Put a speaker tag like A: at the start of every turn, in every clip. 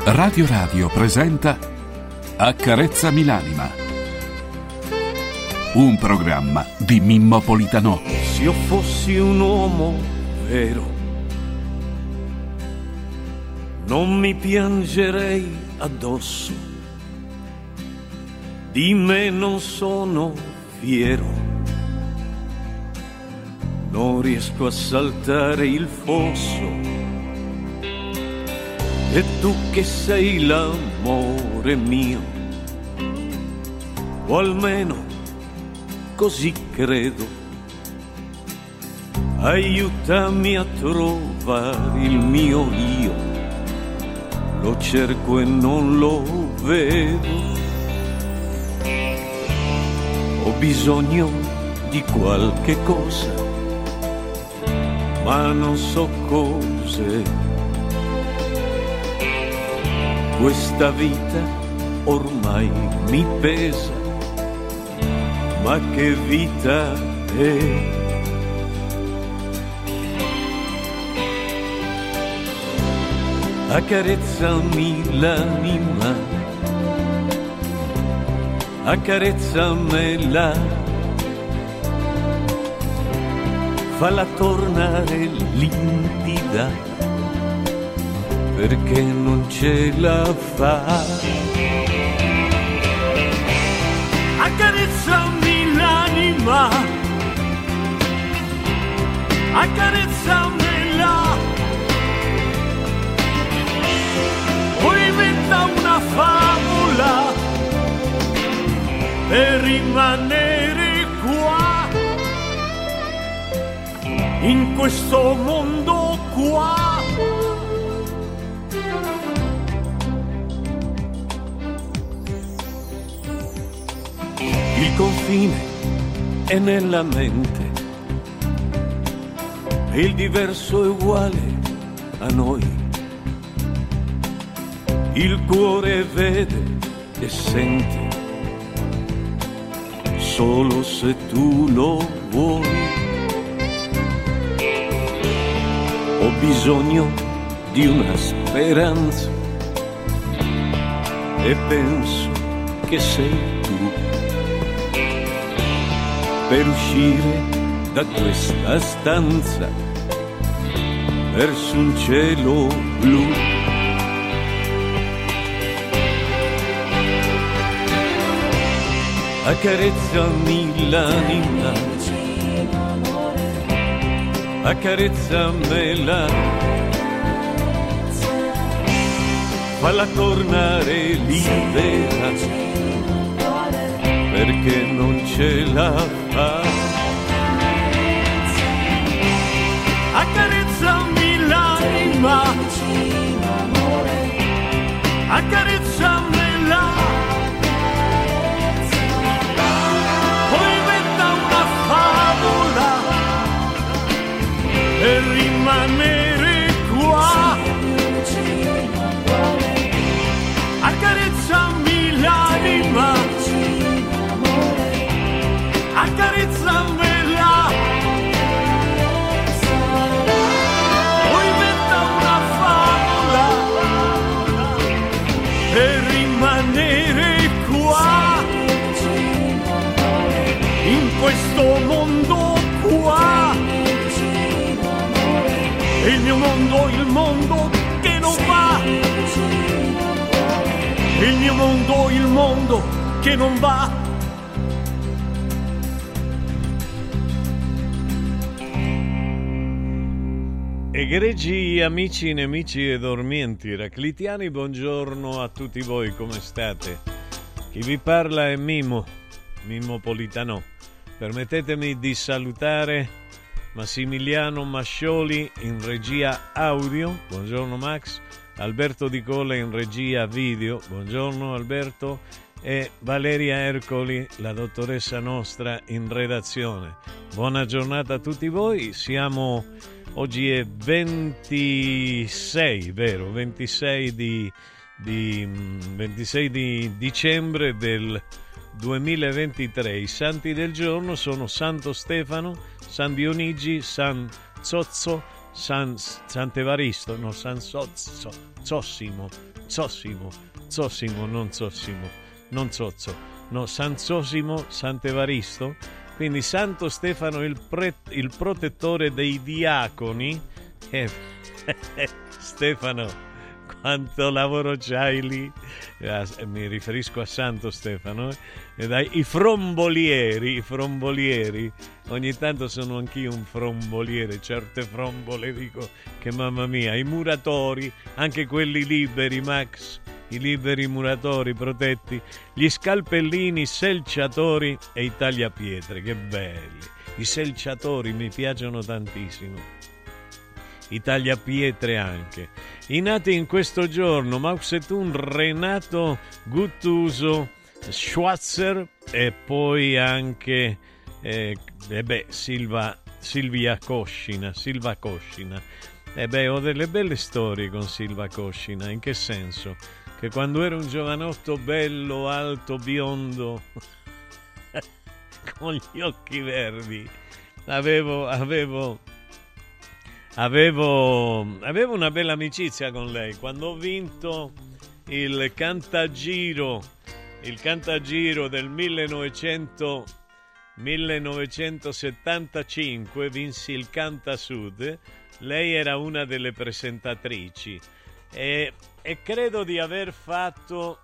A: Radio Radio presenta Accarezzami l'anima, un programma di Mimmo Politano.
B: Se io fossi un uomo vero, non mi piangerei addosso, di me non sono fiero, non riesco a saltare il fosso. E tu che sei l'amore mio, o almeno così credo, aiutami a trovare il mio io, lo cerco e non lo vedo. Ho bisogno di qualche cosa, ma non so cos'è. Questa vita ormai mi pesa, ma che vita è? Accarezzami l'anima, accarezzamela, falla tornare limpida, perché non ce la fa. Accarezzami l'anima, accarezzamela, poi inventa una favola per rimanere qua, in questo mondo qua. Il confine è nella mente e il diverso è uguale a noi. Il cuore vede e sente solo se tu lo vuoi. Ho bisogno di una speranza e penso che sei tu, per uscire da questa stanza verso un cielo blu. Accarezzami l'anima, accarezzamela, falla tornare libera, perché non ce la fa. Accarezzami l'anima, accarezzamela, poi inventa una favola per rimanere qua. Accarezzami l'anima, accarezzamela, poi inventa una favola per rimanere qua, in questo mondo qua. Il mio mondo, il mondo che non va, il mio mondo, il mondo che non va. Egregi amici, nemici e dormienti raclitiani, buongiorno a tutti voi, come state? Chi vi parla è Mimmo Politano. Permettetemi di salutare Massimiliano Mascioli in regia audio, buongiorno Max, Alberto Di Colla in regia video, buongiorno Alberto, e Valeria Ercoli, la dottoressa nostra, in redazione. Buona giornata a tutti voi. Oggi è 26, vero? 26 di 26 di dicembre del 2023. I santi del giorno sono Santo Stefano, San Dionigi, San Zozzo, Sant'Evaristo, no, San Zozimo, non Zozzo, no, San Zosimo, Sant'Evaristo, quindi Santo Stefano il protettore dei diaconi. Stefano, quanto lavoro c'hai lì? Mi riferisco a Santo Stefano. I frombolieri, ogni tanto sono anch'io un fromboliere, certe frombole dico che mamma mia. I muratori, anche quelli liberi, Max, i liberi muratori protetti, gli scalpellini, i selciatori e i tagliapietre, che belli. I selciatori mi piacciono tantissimo. I tagliapietre anche. I nati in questo giorno: Mao Zedong, Renato Guttuso, Schwarzer e poi anche Silvia Coscina. Ho delle belle storie con Silva Coscina. In che senso? Che quando ero un giovanotto bello, alto, biondo, con gli occhi verdi, avevo una bella amicizia con lei. Quando ho vinto il Cantagiro del 1975, vinsi il Cantasud. Lei era una delle presentatrici e credo di aver fatto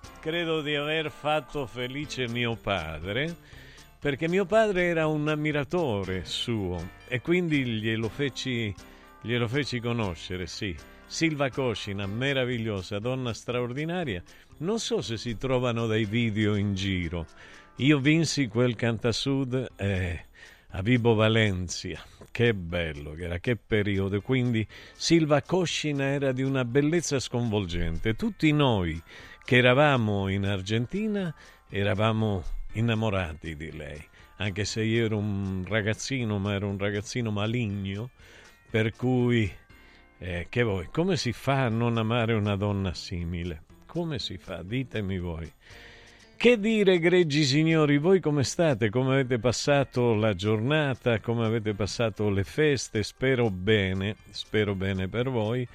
B: felice mio padre, perché mio padre era un ammiratore suo e quindi glielo feci conoscere, sì. Silva Coscina, meravigliosa, donna straordinaria. Non so se si trovano dei video in giro. Io vinsi quel Cantasud a Vibo Valencia. Che bello che era, che periodo. Quindi Silva Coscina era di una bellezza sconvolgente. Tutti noi che eravamo in Argentina eravamo innamorati di lei. Anche se io ero un ragazzino, ma ero un ragazzino maligno. Per cui, che voi, come si fa a non amare una donna simile? Come si fa? Ditemi voi. Che dire, egregi signori, voi come state? Come avete passato la giornata? Come avete passato le feste? Spero bene per voi.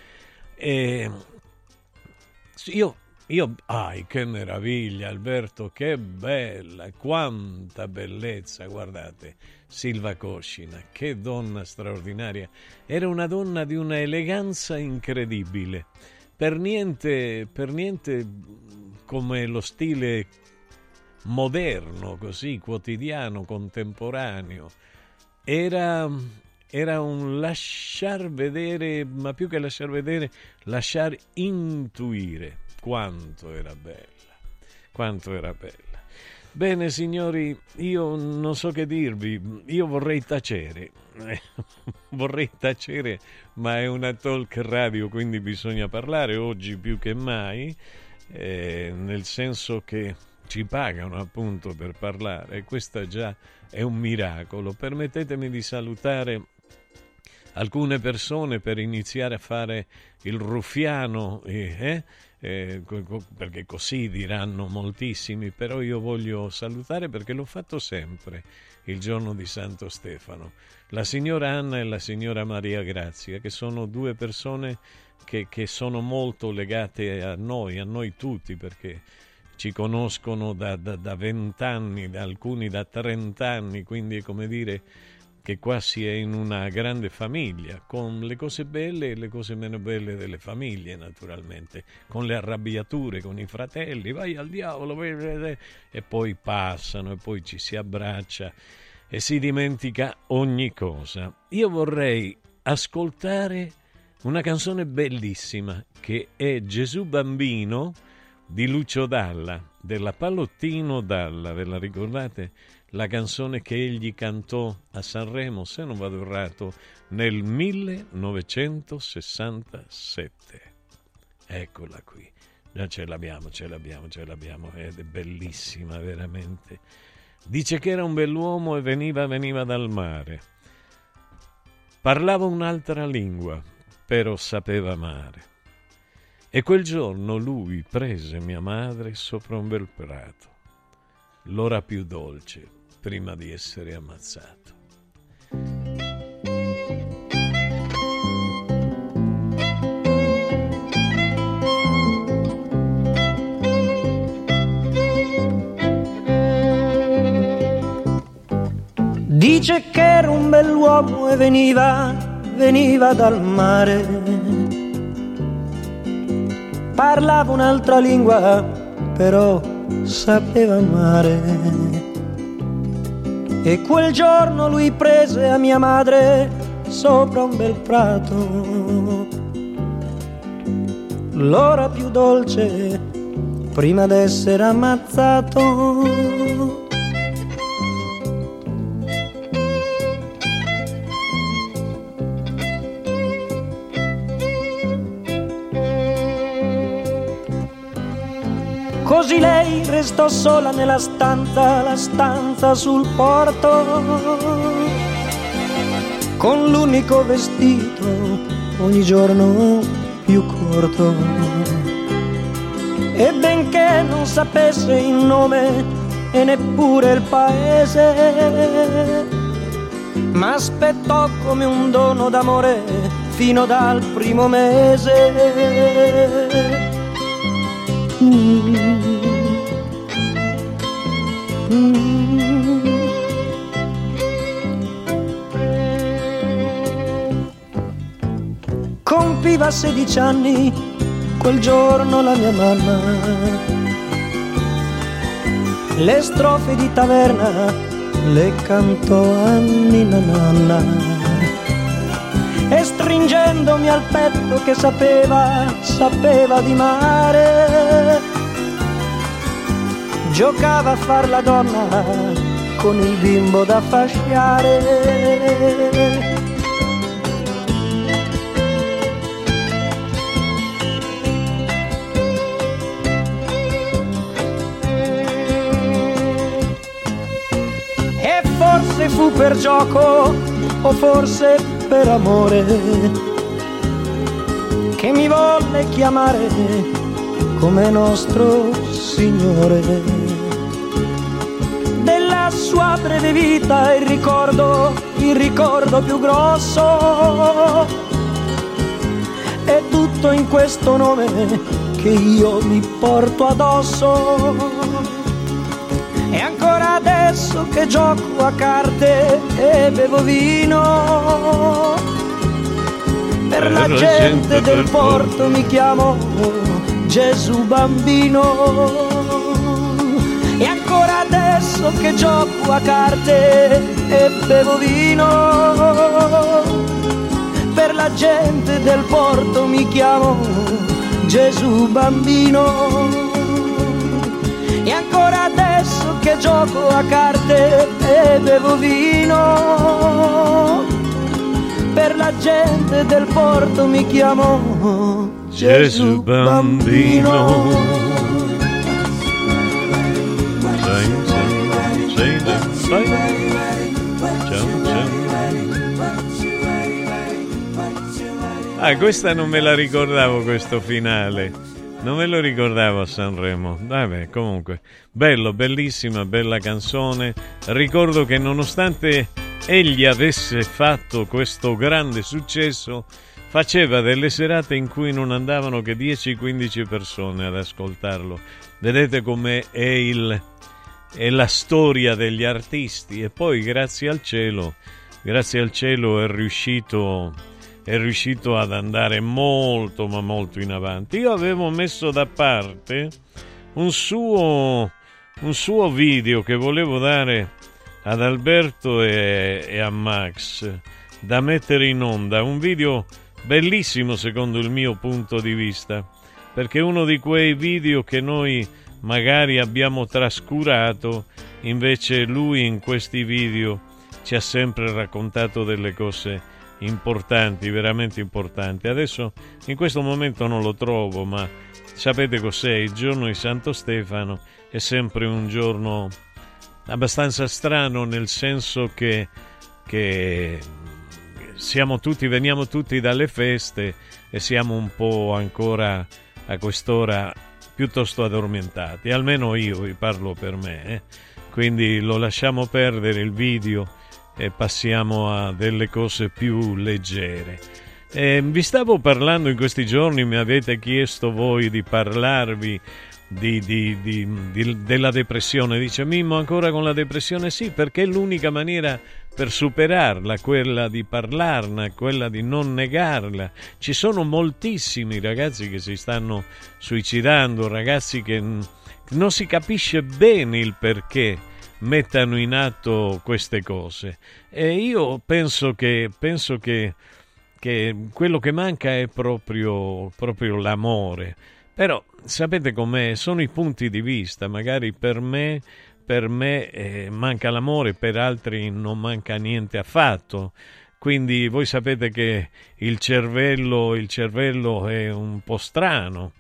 B: Che meraviglia, Alberto, che bella, quanta bellezza, guardate, Silva Coscina, che donna straordinaria. Era una donna di una eleganza incredibile, per niente come lo stile moderno, così, quotidiano, contemporaneo. Era un lasciar vedere, ma più che lasciar vedere, lasciar intuire quanto era bella. Bene signori, io non so che dirvi, io vorrei tacere, ma è una talk radio, quindi bisogna parlare oggi più che mai, nel senso che ci pagano appunto per parlare, e questo già è un miracolo. Permettetemi di salutare alcune persone per iniziare a fare il ruffiano, perché così diranno moltissimi, però io voglio salutare, perché l'ho fatto sempre il giorno di Santo Stefano, la signora Anna e la signora Maria Grazia, che sono due persone che sono molto legate a noi tutti, perché ci conoscono da 20 anni, alcuni da 30 anni, quindi è come dire che qua si è in una grande famiglia, con le cose belle e le cose meno belle delle famiglie, naturalmente, con le arrabbiature, con i fratelli, vai al diavolo, e poi passano, e poi ci si abbraccia e si dimentica ogni cosa. Io vorrei ascoltare una canzone bellissima, che è Gesù Bambino di Lucio Dalla, della Pallottino Dalla, ve la ricordate? La canzone che egli cantò a Sanremo, se non vado errato, nel 1967. Eccola qui, già ce l'abbiamo, ed è bellissima veramente. Dice che era un bell'uomo e veniva dal mare. Parlava un'altra lingua, però sapeva amare. E quel giorno lui prese mia madre sopra un bel prato, l'ora più dolce prima di essere ammazzato.
C: Dice che era un bell'uomo e veniva dal mare. Parlava un'altra lingua, però sapeva amare. E quel giorno lui prese a mia madre sopra un bel prato l'ora più dolce prima d'essere ammazzato. Così lei restò sola nella stanza, la stanza sul porto, con l'unico vestito ogni giorno più corto. E benché non sapesse il nome e neppure il paese, m'aspettò come un dono d'amore fino dal primo mese. Compiva 16 anni quel giorno la mia mamma. Le strofe di taverna le cantò a Nina Nanna, e stringendomi al petto che sapeva di mare, giocava a far la donna con il bimbo da fasciare. E forse fu per gioco o forse per amore che mi volle chiamare come nostro Signore. Della sua breve vita il ricordo più grosso è tutto in questo nome che io mi porto addosso. E ancora adesso che gioco a carte e bevo vino, per la gente del porto mi chiamo Gesù Bambino. E ancora adesso che gioco a carte e bevo vino, per la gente del porto mi chiamo Gesù Bambino. E ancora adesso che gioco a carte e bevo vino, per la gente del porto mi chiamo Gesù Bambino.
B: Questa non me la ricordavo, questo finale. Non me lo ricordavo a Sanremo. Vabbè, comunque, bello, bellissima, bella canzone. Ricordo che nonostante egli avesse fatto questo grande successo, faceva delle serate in cui non andavano che 10-15 persone ad ascoltarlo. Vedete com'è è la storia degli artisti. E poi grazie al cielo è riuscito ad andare molto ma molto in avanti. Io avevo messo da parte un suo video che volevo dare ad Alberto e a Max da mettere in onda, un video bellissimo secondo il mio punto di vista, perché è uno di quei video che noi magari abbiamo trascurato, invece lui in questi video ci ha sempre raccontato delle cose importanti, veramente importanti. Adesso in questo momento non lo trovo, ma sapete cos'è? Il giorno di Santo Stefano è sempre un giorno abbastanza strano, nel senso che veniamo tutti dalle feste e siamo un po' ancora a quest'ora piuttosto addormentati, almeno io vi parlo per me, quindi lo lasciamo perdere il video e passiamo a delle cose più leggere. Vi stavo parlando in questi giorni, mi avete chiesto voi di parlarvi della depressione. Dice Mimmo, ancora con la depressione? Sì, perché è l'unica maniera superarla, quella di parlarne, quella di non negarla. Ci sono moltissimi ragazzi che si stanno suicidando, ragazzi che non si capisce bene il perché mettano in atto queste cose, e io penso che quello che manca è proprio l'amore. Però sapete com'è? Sono i punti di vista. Magari per me manca l'amore, per altri non manca niente affatto. Quindi voi sapete che il cervello è un po' strano.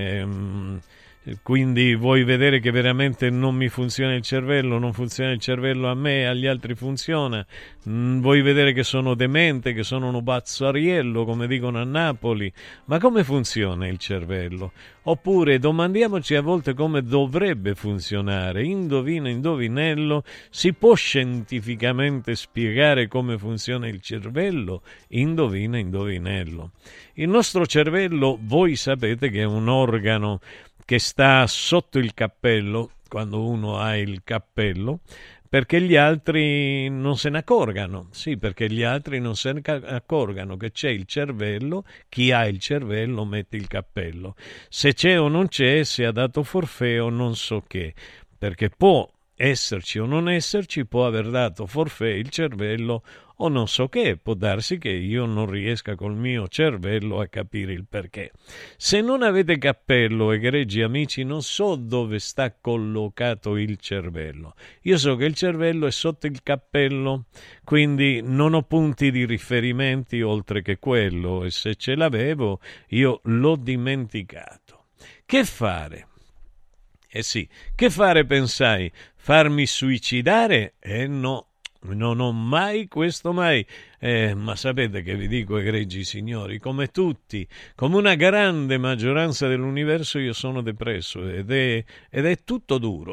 B: Quindi vuoi vedere che veramente non mi funziona il cervello, non funziona il cervello a me, agli altri funziona. Vuoi vedere che sono demente, che sono un bazzariello, come dicono a Napoli. Ma come funziona il cervello? Oppure domandiamoci a volte come dovrebbe funzionare. Indovina, indovinello, si può scientificamente spiegare come funziona il cervello? Indovina, indovinello. Il nostro cervello, voi sapete che è un organo che sta sotto il cappello, quando uno ha il cappello, perché gli altri non se ne accorgano. Sì, perché gli altri non se ne accorgano che c'è il cervello. Chi ha il cervello mette il cappello. Se c'è o non c'è, se ha dato forfait o non so che, perché può esserci o non esserci, può aver dato forfait il cervello o non so che, può darsi che io non riesca col mio cervello a capire il perché. Se non avete cappello, egregi amici, non so dove sta collocato il cervello. Io so che il cervello è sotto il cappello, quindi non ho punti di riferimenti oltre che quello, e se ce l'avevo io l'ho dimenticato. Che fare? Sì, che fare pensai? Farmi suicidare? No. Non ho mai questo mai, ma sapete che vi dico, egregi signori, come tutti, come una grande maggioranza dell'universo, io sono depresso ed è tutto duro,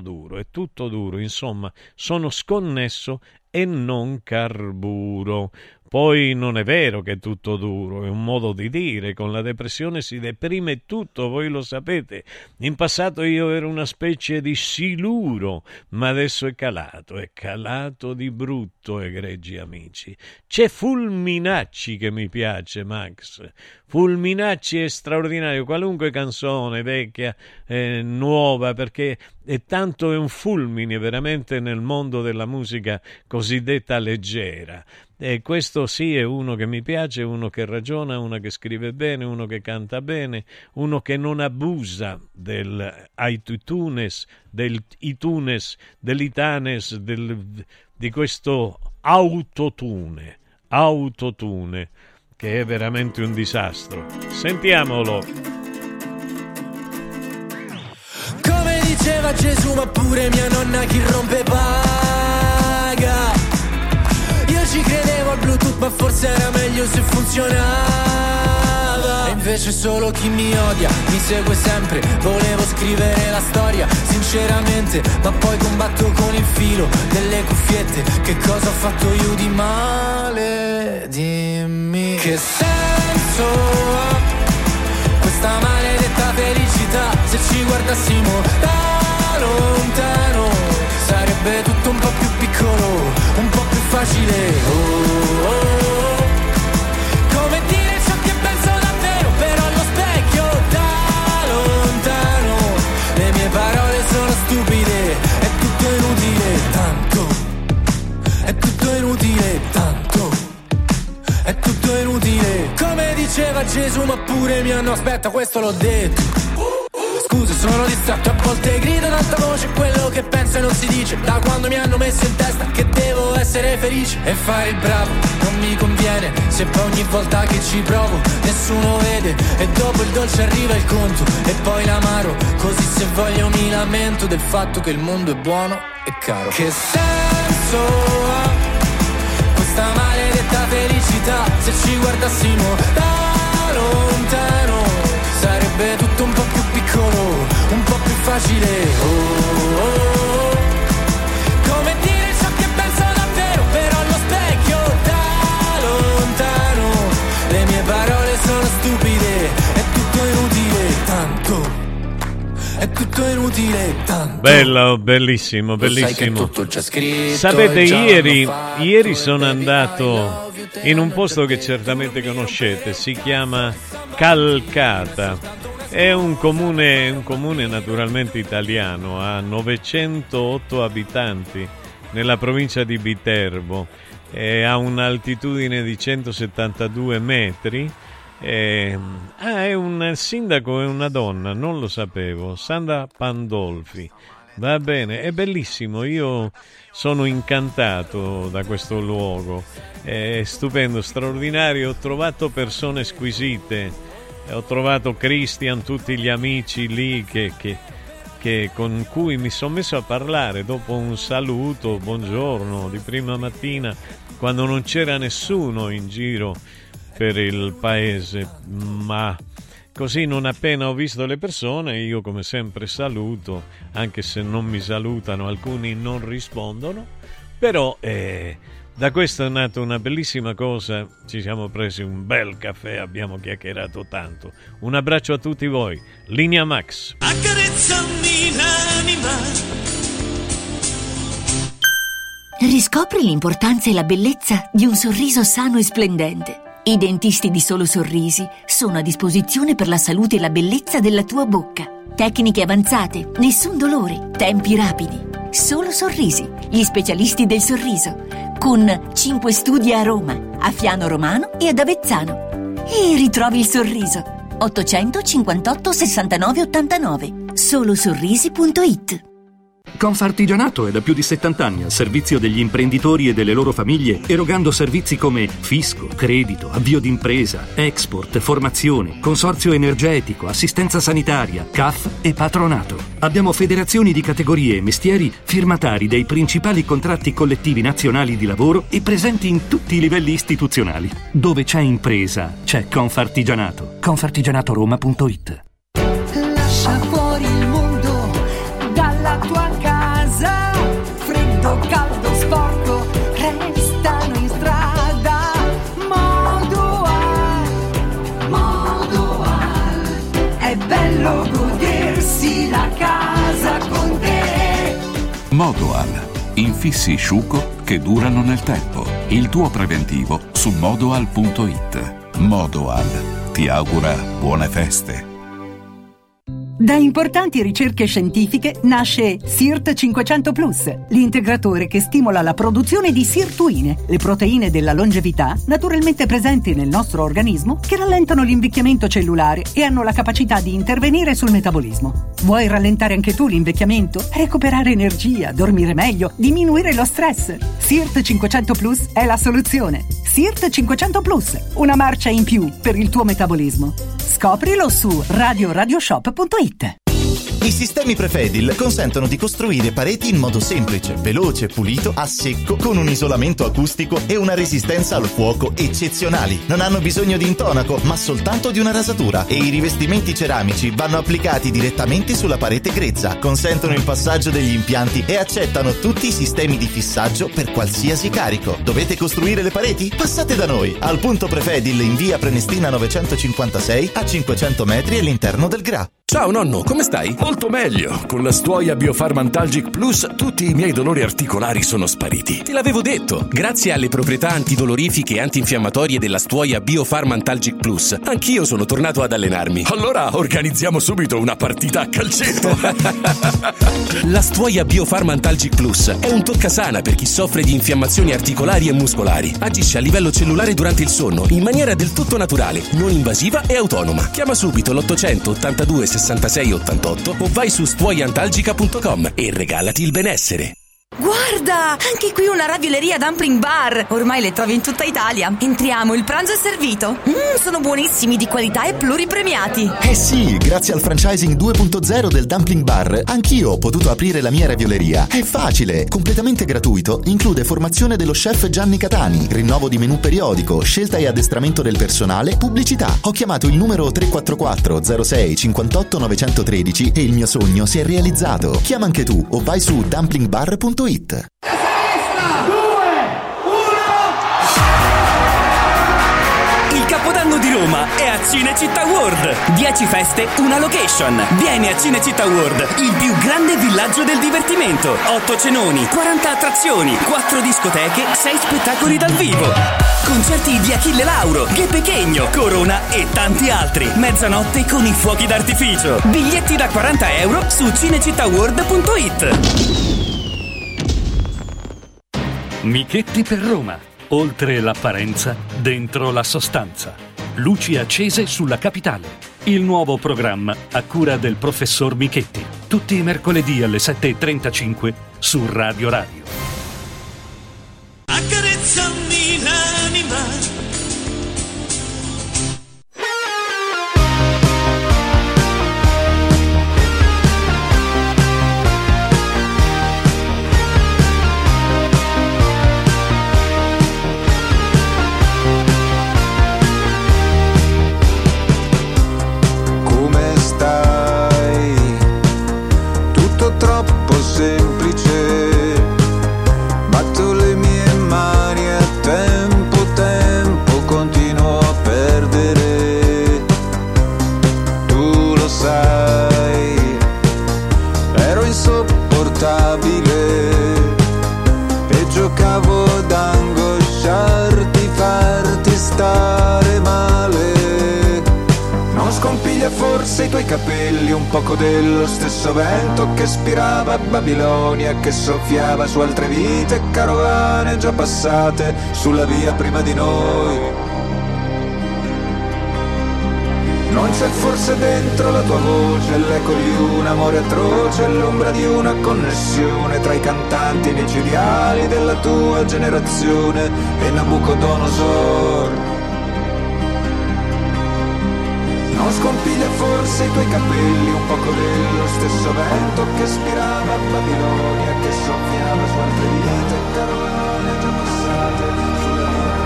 B: insomma, sono sconnesso e non carburo. Poi non è vero che è tutto duro, è un modo di dire. Con la depressione si deprime tutto, voi lo sapete. In passato io ero una specie di siluro, ma adesso è calato di brutto, egregi amici. C'è Fulminacci che mi piace, Max. Fulminacci è straordinario, qualunque canzone, vecchia, nuova, perché è un fulmine veramente nel mondo della musica cosiddetta leggera. E questo sì è uno che mi piace, uno che ragiona, uno che scrive bene, uno che canta bene, uno che non abusa dell'itunes, dell'itanes, di questo autotune, che è veramente un disastro. Sentiamolo.
D: Come diceva Gesù, ma pure mia nonna, chi rompe paga. Io ci credevo al Bluetooth, ma forse era meglio se funzionava. E invece solo chi mi odia mi segue sempre. Volevo scrivere la storia sinceramente, ma poi combatto con il filo delle cuffiette. Che cosa ho fatto io di male? Dimmi. Che senso ha questa maledetta felicità? Se ci guardassimo da lontano sarebbe tutto un po' più piccolo, un po' più facile. Come dire ciò che penso davvero, però allo specchio da lontano le mie parole sono stupide, è tutto inutile, tanto è tutto inutile, tanto è tutto inutile. Come diceva Gesù, ma pure mio no, aspetta, questo l'ho detto. Scusa, sono distratto, a volte grido ad alta voce quello che penso e non si dice. Da quando mi hanno messo in testa che devo essere felice e fare il bravo non mi conviene, se poi ogni volta che ci provo nessuno vede. E dopo il dolce arriva il conto e poi l'amaro, così se voglio mi lamento del fatto che il mondo è buono e caro. Che senso ha questa maledetta felicità? Se ci guardassimo da lontano sarebbe tutto un po' più piccolo, un po' più facile. Come dire ciò che penso davvero, però allo specchio da lontano le mie parole sono stupide, è tutto inutile, tanto è tutto tutto inutile. Tanto
B: Bello, bellissimo, bellissimo. Sapete, ieri sono andato in un posto che certamente conoscete, si chiama Calcata. È un comune naturalmente italiano, ha 908 abitanti nella provincia di Viterbo, ha un'altitudine di 172 metri. È un sindaco, è una donna, non lo sapevo, Sandra Pandolfi. Va bene, è bellissimo, io sono incantato da questo luogo, è stupendo, straordinario, ho trovato persone squisite, ho trovato Christian, tutti gli amici lì che con cui mi sono messo a parlare dopo un saluto, buongiorno, di prima mattina, quando non c'era nessuno in giro per il paese, ma così non appena ho visto le persone, io come sempre saluto, anche se non mi salutano, alcuni non rispondono, però da questo è nata una bellissima cosa, ci siamo presi un bel caffè, abbiamo chiacchierato tanto. Un abbraccio a tutti voi, Linea Max.
E: Accarezzami l'anima.
F: Riscopri l'importanza e la bellezza di un sorriso sano e splendente. I dentisti di Solo Sorrisi sono a disposizione per la salute e la bellezza della tua bocca. Tecniche avanzate, nessun dolore, tempi rapidi. Solo Sorrisi, gli specialisti del sorriso, con 5 studi a Roma, a Fiano Romano e ad Avezzano. E ritrovi il sorriso. 858 69 89. Solosorrisi.it.
G: Confartigianato è da più di 70 anni al servizio degli imprenditori e delle loro famiglie, erogando servizi come fisco, credito, avvio d'impresa, export, formazione, consorzio energetico, assistenza sanitaria, CAF e patronato. Abbiamo federazioni di categorie e mestieri firmatari dei principali contratti collettivi nazionali di lavoro e presenti in tutti i livelli istituzionali. Dove c'è impresa, c'è Confartigianato. Confartigianatoroma.it.
H: Lascia fuori il mondo dalla tua casa, freddo, caldo, sporco, restano in strada. Modoal, è bello godersi la casa con te.
A: Modoal, infissi Sciuco che durano nel tempo. Il tuo preventivo su modoal.it. Modoal ti augura buone feste.
I: Da importanti ricerche scientifiche nasce SIRT 500 Plus, l'integratore che stimola la produzione di sirtuine, le proteine della longevità naturalmente presenti nel nostro organismo che rallentano l'invecchiamento cellulare e hanno la capacità di intervenire sul metabolismo. Vuoi rallentare anche tu l'invecchiamento? Recuperare energia, dormire meglio, diminuire lo stress? SIRT 500 Plus è la soluzione. SIRT 500 Plus, una marcia in più per il tuo metabolismo. Scoprilo su radioshop.it.
J: I sistemi Prefedil consentono di costruire pareti in modo semplice, veloce, pulito, a secco, con un isolamento acustico e una resistenza al fuoco eccezionali. Non hanno bisogno di intonaco, ma soltanto di una rasatura, e i rivestimenti ceramici vanno applicati direttamente sulla parete grezza, consentono il passaggio degli impianti e accettano tutti i sistemi di fissaggio per qualsiasi carico. Dovete costruire le pareti? Passate da noi, al punto Prefedil in via Prenestina 956 a 500 metri all'interno del GRA.
K: Ciao nonno, come stai? Molto meglio. Con la Stuoia Biofarm Antalgic Plus tutti i miei dolori articolari sono spariti. Te l'avevo detto. Grazie alle proprietà antidolorifiche e antinfiammatorie della Stuoia Biofarm Antalgic Plus, anch'io sono tornato ad allenarmi. Allora organizziamo subito una partita a calcetto. La Stuoia Biofarm Antalgic Plus è un toccasana per chi soffre di infiammazioni articolari e muscolari. Agisce a livello cellulare durante il sonno in maniera del tutto naturale, non invasiva e autonoma. Chiama subito l'882 66 88 o vai su stuoiantalgica.com e regalati il benessere.
L: Guarda, anche qui una ravioleria Dumpling Bar. Ormai le trovi in tutta Italia. Entriamo, il pranzo è servito. Sono buonissimi, di qualità e pluripremiati.
J: Eh sì, grazie al franchising 2.0 del Dumpling Bar, anch'io ho potuto aprire la mia ravioleria. È facile, completamente gratuito, include formazione dello chef Gianni Catani, rinnovo di menù periodico, scelta e addestramento del personale, pubblicità. Ho chiamato il numero 344 06 58 913 e il mio sogno si è realizzato. Chiama anche tu o vai su dumplingbar.it.
M: Il Capodanno di Roma è a da Cinecittà World. 10 feste, una location. Vieni a Cinecittà World, il più grande villaggio del divertimento. 8 cenoni, 40 attrazioni, 4 discoteche, 6 spettacoli dal vivo. Concerti di Achille Lauro, Ghe Pechegno, Corona e tanti altri. Mezzanotte con i fuochi d'artificio. Biglietti da €40 su cinecittàworld.it.
G: Michetti per Roma. Oltre l'apparenza, dentro la sostanza. Luci accese sulla capitale. Il nuovo programma a cura del professor Michetti. Tutti i mercoledì alle 7:35 su Radio Radio.
E: Accarezzami l'anima.
N: Forse i tuoi capelli, un poco dello stesso vento che spirava a Babilonia, che soffiava su altre vite, carovane già passate sulla via prima di noi. Non c'è forse dentro la tua voce l'eco di un amore atroce, l'ombra di una connessione tra i cantanti micidiali della tua generazione e Nabucodonosor. Non scompiglia forse i tuoi capelli, un poco dello stesso vento che spirava a Babilonia, che soffiava su altre vite, carovane già passate sulla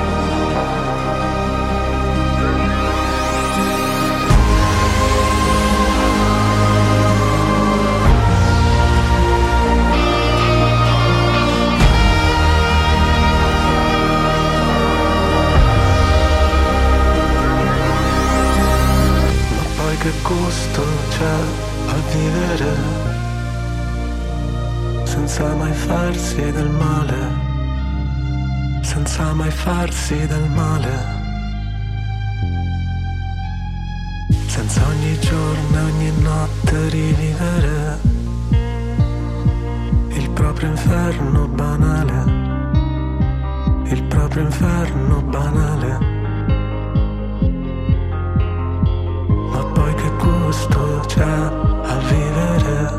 N: che gusto c'è a vivere senza mai farsi del male, senza mai farsi del male, senza ogni giorno e ogni notte rivivere il proprio inferno banale, il proprio inferno banale. C'è a vivere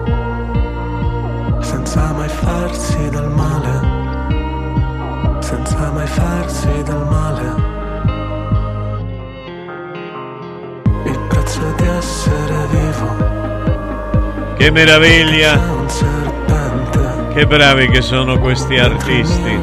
N: senza mai farsi del male, senza mai farsi del male. Il prezzo di essere vivo.
B: Che meraviglia! Che bravi che sono questi artisti.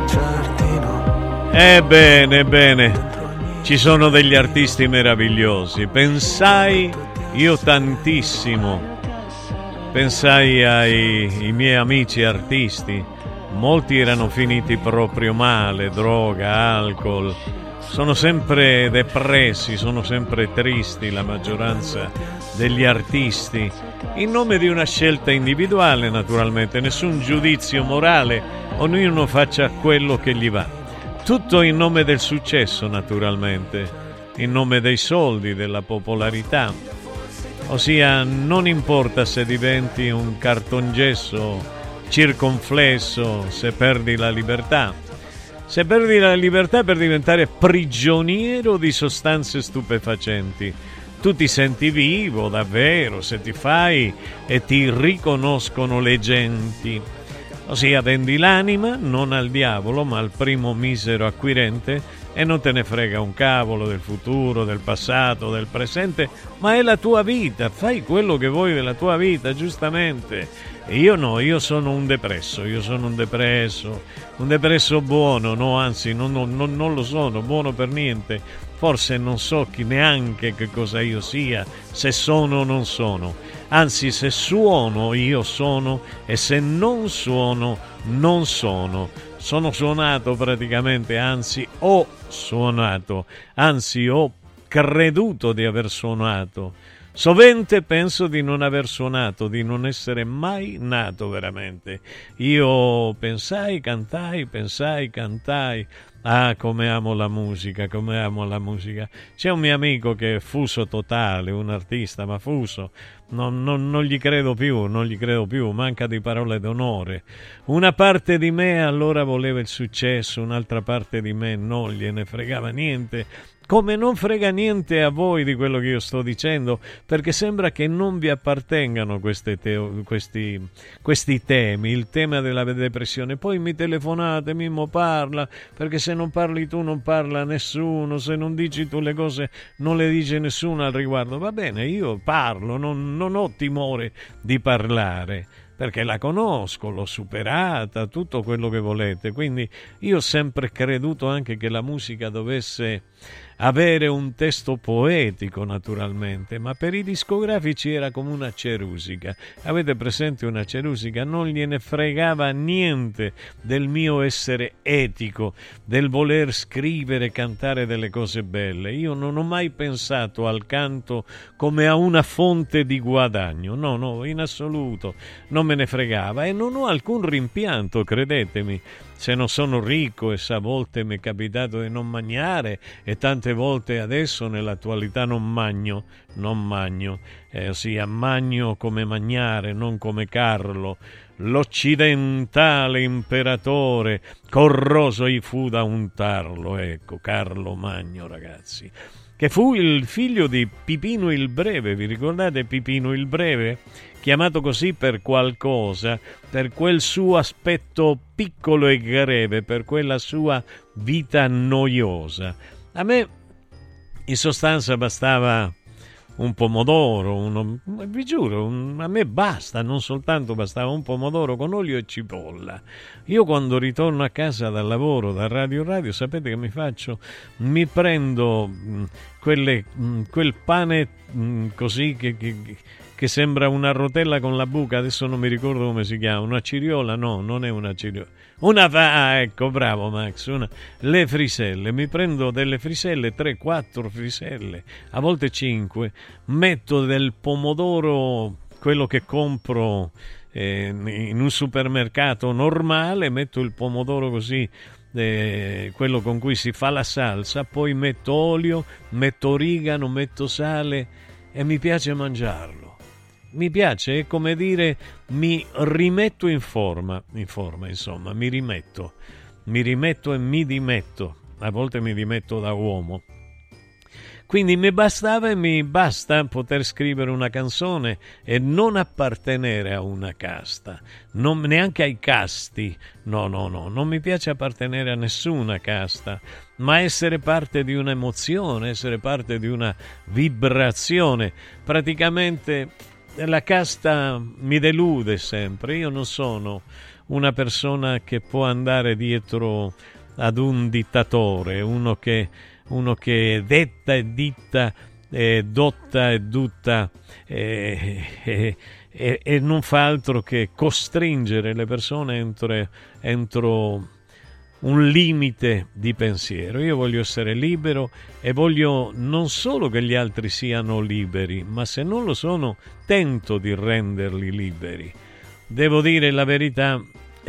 B: Ebbene, ebbene, ci sono degli artisti meravigliosi. Io tantissimo pensai ai miei amici artisti, molti erano finiti proprio male, droga, alcol, sono sempre depressi, sono sempre tristi la maggioranza degli artisti, in nome di una scelta individuale naturalmente, nessun giudizio morale, ognuno faccia quello che gli va, tutto in nome del successo naturalmente, in nome dei soldi, della popolarità. Ossia, non importa se diventi un cartongesso circonflesso, se perdi la libertà. Se perdi la libertà per diventare prigioniero di sostanze stupefacenti, tu ti senti vivo davvero se ti fai e ti riconoscono le genti. Ossia, vendi l'anima non al diavolo ma al primo misero acquirente e non te ne frega un cavolo del futuro, del passato, del presente, ma è la tua vita, fai quello che vuoi della tua vita, giustamente. E io no, io sono un depresso buono, no, anzi non lo sono, buono per niente, forse non so neanche che cosa io sia, se sono o non sono, anzi se suono io sono e se non suono non sono. Sono suonato praticamente, anzi ho creduto di aver suonato. Sovente penso di non aver suonato, di non essere mai nato veramente. Io pensai, cantai. Ah, come amo la musica, come amo la musica. C'è un mio amico che è fuso totale, un artista, ma fuso. Non gli credo più, manca di parole d'onore. Una parte di me allora voleva il successo, un'altra parte di me non gliene fregava niente. Come non frega niente a voi di quello che io sto dicendo, perché sembra che non vi appartengano questi temi, il tema della depressione. Poi mi telefonate, Mimmo parla, perché se non parli tu non parla nessuno, se non dici tu le cose non le dice nessuno al riguardo. Va bene, io parlo, non ho timore di parlare, perché la conosco, l'ho superata, tutto quello che volete. Quindi io ho sempre creduto anche che la musica dovesse avere un testo poetico, naturalmente, ma per i discografici era come una cerusica. Avete presente una cerusica? Non gliene fregava niente del mio essere etico, del voler scrivere e cantare delle cose belle. Io non ho mai pensato al canto come a una fonte di guadagno, no, in assoluto, non me ne fregava e non ho alcun rimpianto, credetemi. Se non sono ricco e se a volte mi è capitato di non mangiare e tante volte adesso nell'attualità non magno, ossia magno come magnare, non come Carlo, l'occidentale imperatore, corroso gli fu da untarlo, ecco, Carlo Magno, ragazzi, che fu il figlio di Pipino il Breve. Vi ricordate Pipino il Breve? Chiamato così per qualcosa, per quel suo aspetto piccolo e greve, per quella sua vita noiosa. A me, in sostanza, bastava un pomodoro, vi giuro, a me basta, non soltanto bastava un pomodoro con olio e cipolla. Io quando ritorno a casa dal lavoro, da Radio, sapete che mi faccio? Mi prendo quel pane così che sembra una rotella con la buca, adesso non mi ricordo come si chiama, una ciriola? No, non è una ciriola. Ecco, bravo Max, le friselle. Mi prendo delle friselle, 3-4 friselle, a volte 5, metto del pomodoro, quello che compro in un supermercato normale, metto il pomodoro così, quello con cui si fa la salsa, poi metto olio, metto origano, metto sale e mi piace mangiarlo. Mi piace, è come dire, mi rimetto in forma, insomma, mi rimetto e mi dimetto, a volte mi dimetto da uomo. Quindi mi basta poter scrivere una canzone e non appartenere a una casta, neanche ai casti, no, non mi piace appartenere a nessuna casta, ma essere parte di un'emozione, essere parte di una vibrazione. Praticamente la casta mi delude sempre. Io non sono una persona che può andare dietro ad un dittatore, uno che detta e ditta, dotta e dutta e non fa altro che costringere le persone entro un limite di pensiero. Io voglio essere libero e voglio non solo che gli altri siano liberi, ma se non lo sono, tento di renderli liberi. Devo dire la verità,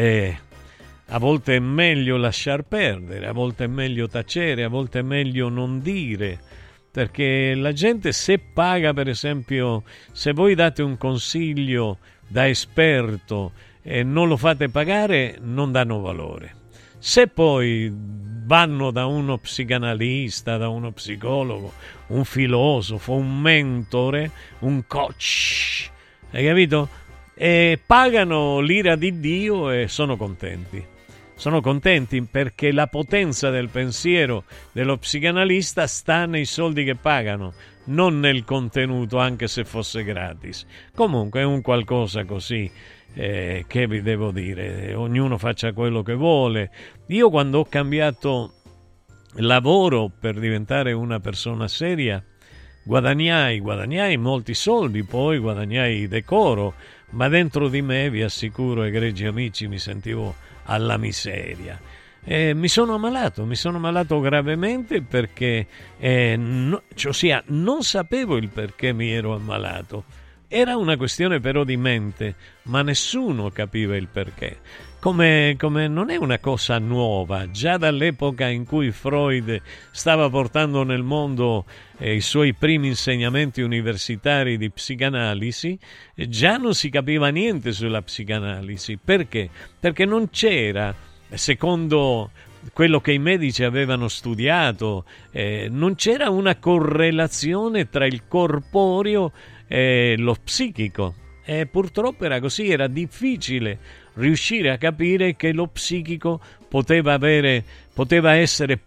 B: a volte è meglio lasciar perdere, a volte è meglio tacere, a volte è meglio non dire, perché la gente, se paga, per esempio, se voi date un consiglio da esperto e non lo fate pagare, non danno valore. Se poi vanno da uno psicanalista, da uno psicologo, un filosofo, un mentore, un coach, hai capito? E pagano l'ira di Dio e sono contenti. Sono contenti perché la potenza del pensiero dello psicanalista sta nei soldi che pagano, non nel contenuto, anche se fosse gratis. Comunque è un qualcosa così. Che vi devo dire, ognuno faccia quello che vuole. Io quando ho cambiato lavoro per diventare una persona seria guadagnai molti soldi, poi guadagnai decoro, ma dentro di me, vi assicuro, egregi amici, mi sentivo alla miseria. Mi sono ammalato gravemente perché ossia, non sapevo il perché mi ero ammalato. Era una questione però di mente, ma nessuno capiva il perché. Come non è una cosa nuova, già dall'epoca in cui Freud stava portando nel mondo i suoi primi insegnamenti universitari di psicanalisi, già non si capiva niente sulla psicanalisi. Perché? Perché non c'era, secondo quello che i medici avevano studiato, non c'era una correlazione tra il corporeo e lo psichico. E purtroppo era così, era difficile riuscire a capire che lo psichico può essere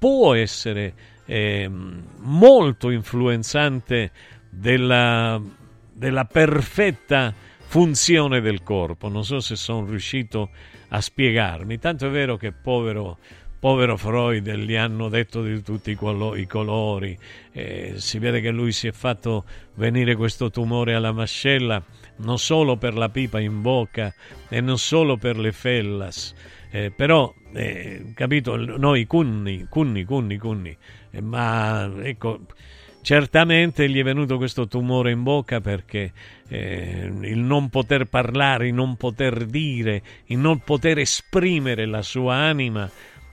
B: molto influenzante della perfetta funzione del corpo. Non so se sono riuscito a spiegarmi. Tanto è vero che povero Freud, gli hanno detto di tutti i colori. Si vede che lui si è fatto venire questo tumore alla mascella non solo per la pipa in bocca e non solo per le fellas, però capito, noi cunni, ma ecco, certamente gli è venuto questo tumore in bocca perché il non poter parlare, il non poter dire, il non poter esprimere la sua anima,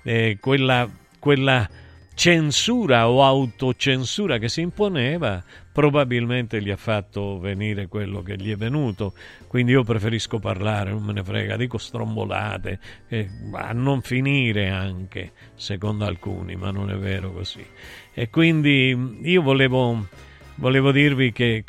B: quella censura o autocensura che si imponeva, probabilmente gli ha fatto venire quello che gli è venuto. Quindi io preferisco parlare, non me ne frega, dico strombolate, a non finire anche, secondo alcuni, ma non è vero così. E quindi io volevo dirvi che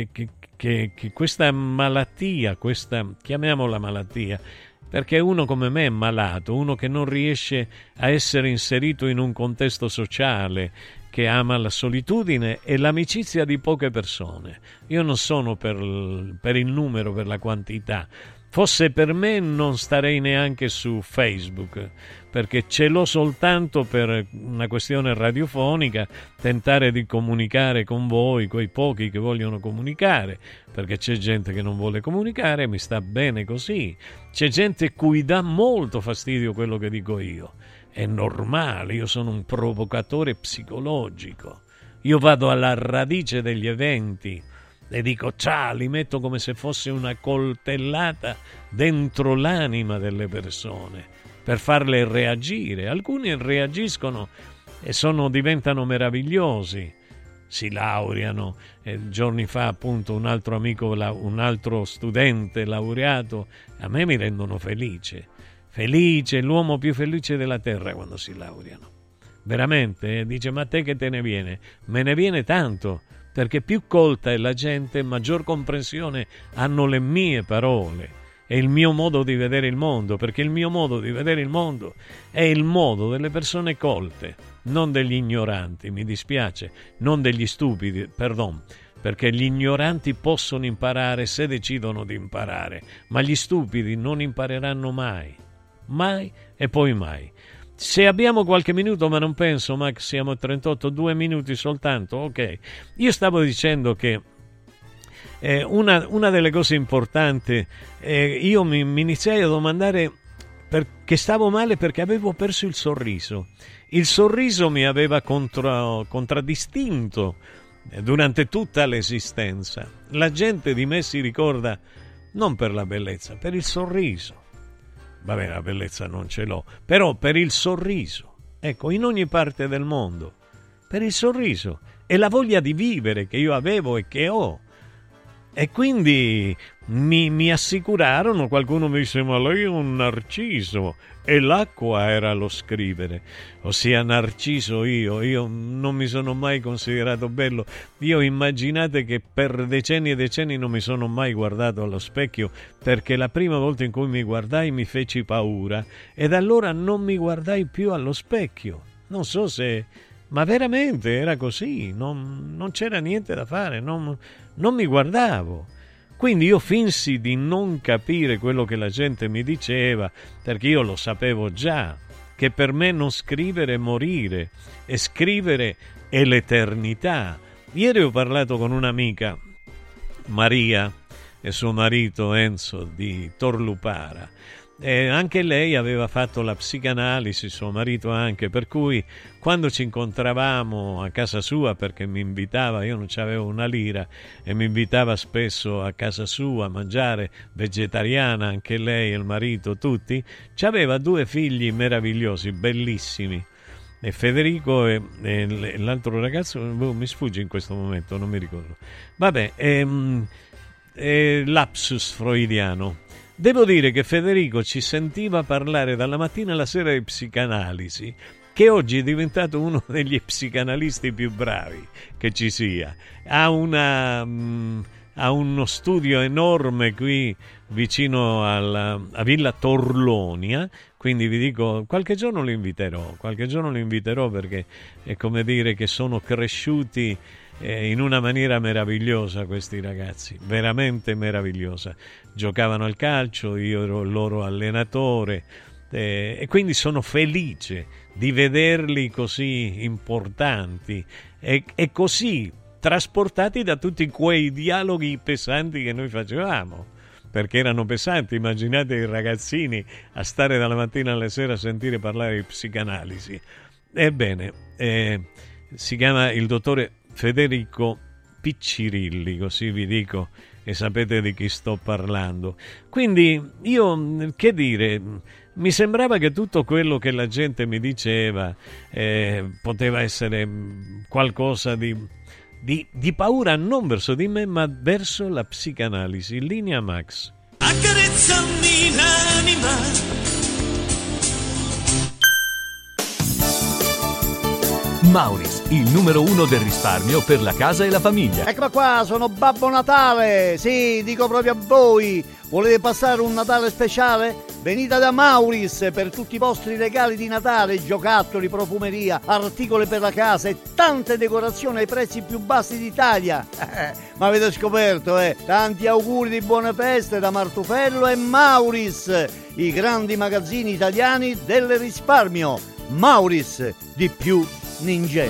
B: questa malattia, chiamiamola malattia, perché uno come me è malato, uno che non riesce a essere inserito in un contesto sociale, che ama la solitudine e l'amicizia di poche persone. Io non sono per il numero, per la quantità. Fosse per me non starei neanche su Facebook, perché ce l'ho soltanto per una questione radiofonica, tentare di comunicare con voi, quei pochi che vogliono comunicare, perché c'è gente che non vuole comunicare, mi sta bene così. C'è gente cui dà molto fastidio quello che dico io. È normale, io sono un provocatore psicologico. Io vado alla radice degli eventi e dico li metto come se fosse una coltellata dentro l'anima delle persone per farle reagire. Alcuni reagiscono e diventano meravigliosi, si laureano. Giorni fa appunto un altro amico, un altro studente laureato, a me mi rendono felice, l'uomo più felice della terra quando si laureano. Veramente, dice, ma a te che te ne viene? Me ne viene tanto, perché più colta è la gente, maggior comprensione hanno le mie parole e il mio modo di vedere il mondo, perché il mio modo di vedere il mondo è il modo delle persone colte, non degli ignoranti, mi dispiace, non degli stupidi, perdon, perché gli ignoranti possono imparare se decidono di imparare, ma gli stupidi non impareranno mai e poi mai. Se abbiamo qualche minuto, ma non penso, Max, siamo a 38, 2 minuti soltanto, ok. Io stavo dicendo che una delle cose importanti, io mi iniziai a domandare perché stavo male, perché avevo perso il sorriso. Il sorriso mi aveva contraddistinto durante tutta l'esistenza. La gente di me si ricorda non per la bellezza, per il sorriso. Vabbè, la bellezza non ce l'ho, però per il sorriso, ecco, in ogni parte del mondo, per il sorriso e la voglia di vivere che io avevo e che ho. E quindi mi assicurarono, qualcuno mi disse, ma lei è un narciso, e l'acqua era lo scrivere, ossia narciso io non mi sono mai considerato bello. Io immaginate che per decenni e decenni non mi sono mai guardato allo specchio, perché la prima volta in cui mi guardai mi feci paura e da allora non mi guardai più allo specchio. Non so se... ma veramente era così, non c'era niente da fare, non mi guardavo. Quindi io finsi di non capire quello che la gente mi diceva, perché io lo sapevo già, che per me non scrivere è morire, e scrivere è l'eternità. Ieri ho parlato con un'amica, Maria, e suo marito Enzo di Torlupara. E anche lei aveva fatto la psicanalisi, suo marito anche, per cui quando ci incontravamo a casa sua, perché mi invitava, io non c'avevo una lira, e mi invitava spesso a casa sua a mangiare, vegetariana anche lei, il marito, tutti, c'aveva 2 figli meravigliosi, bellissimi, e Federico e l'altro ragazzo mi sfugge in questo momento, non mi ricordo, vabbè, lapsus freudiano. Devo dire che Federico ci sentiva parlare dalla mattina alla sera di psicanalisi, che oggi è diventato uno degli psicanalisti più bravi che ci sia. Ha uno studio enorme qui vicino a Villa Torlonia, quindi vi dico, qualche giorno lo inviterò perché è come dire che sono cresciuti in una maniera meravigliosa questi ragazzi, veramente meravigliosa. Giocavano al calcio, io ero il loro allenatore, e quindi sono felice di vederli così importanti e così trasportati da tutti quei dialoghi pesanti che noi facevamo, perché erano pesanti. Immaginate i ragazzini a stare dalla mattina alla sera a sentire parlare di psicanalisi. Ebbene, si chiama il dottore Federico Piccirilli, così vi dico e sapete di chi sto parlando. Quindi io, che dire, mi sembrava che tutto quello che la gente mi diceva poteva essere qualcosa di paura, non verso di me ma verso la psicanalisi. Linea Max.
E: Accarezzami l'anima.
O: Mauris, il numero 1 del risparmio per la casa e la famiglia.
P: Eccola qua, sono Babbo Natale. Sì, dico proprio a voi. Volete passare un Natale speciale? Venite da Mauris per tutti i vostri regali di Natale, giocattoli, profumeria, articoli per la casa e tante decorazioni ai prezzi più bassi d'Italia. Ma avete scoperto, Tanti auguri di buone feste da Martufello e Mauris, i grandi magazzini italiani del risparmio. Mauris, di più ninja.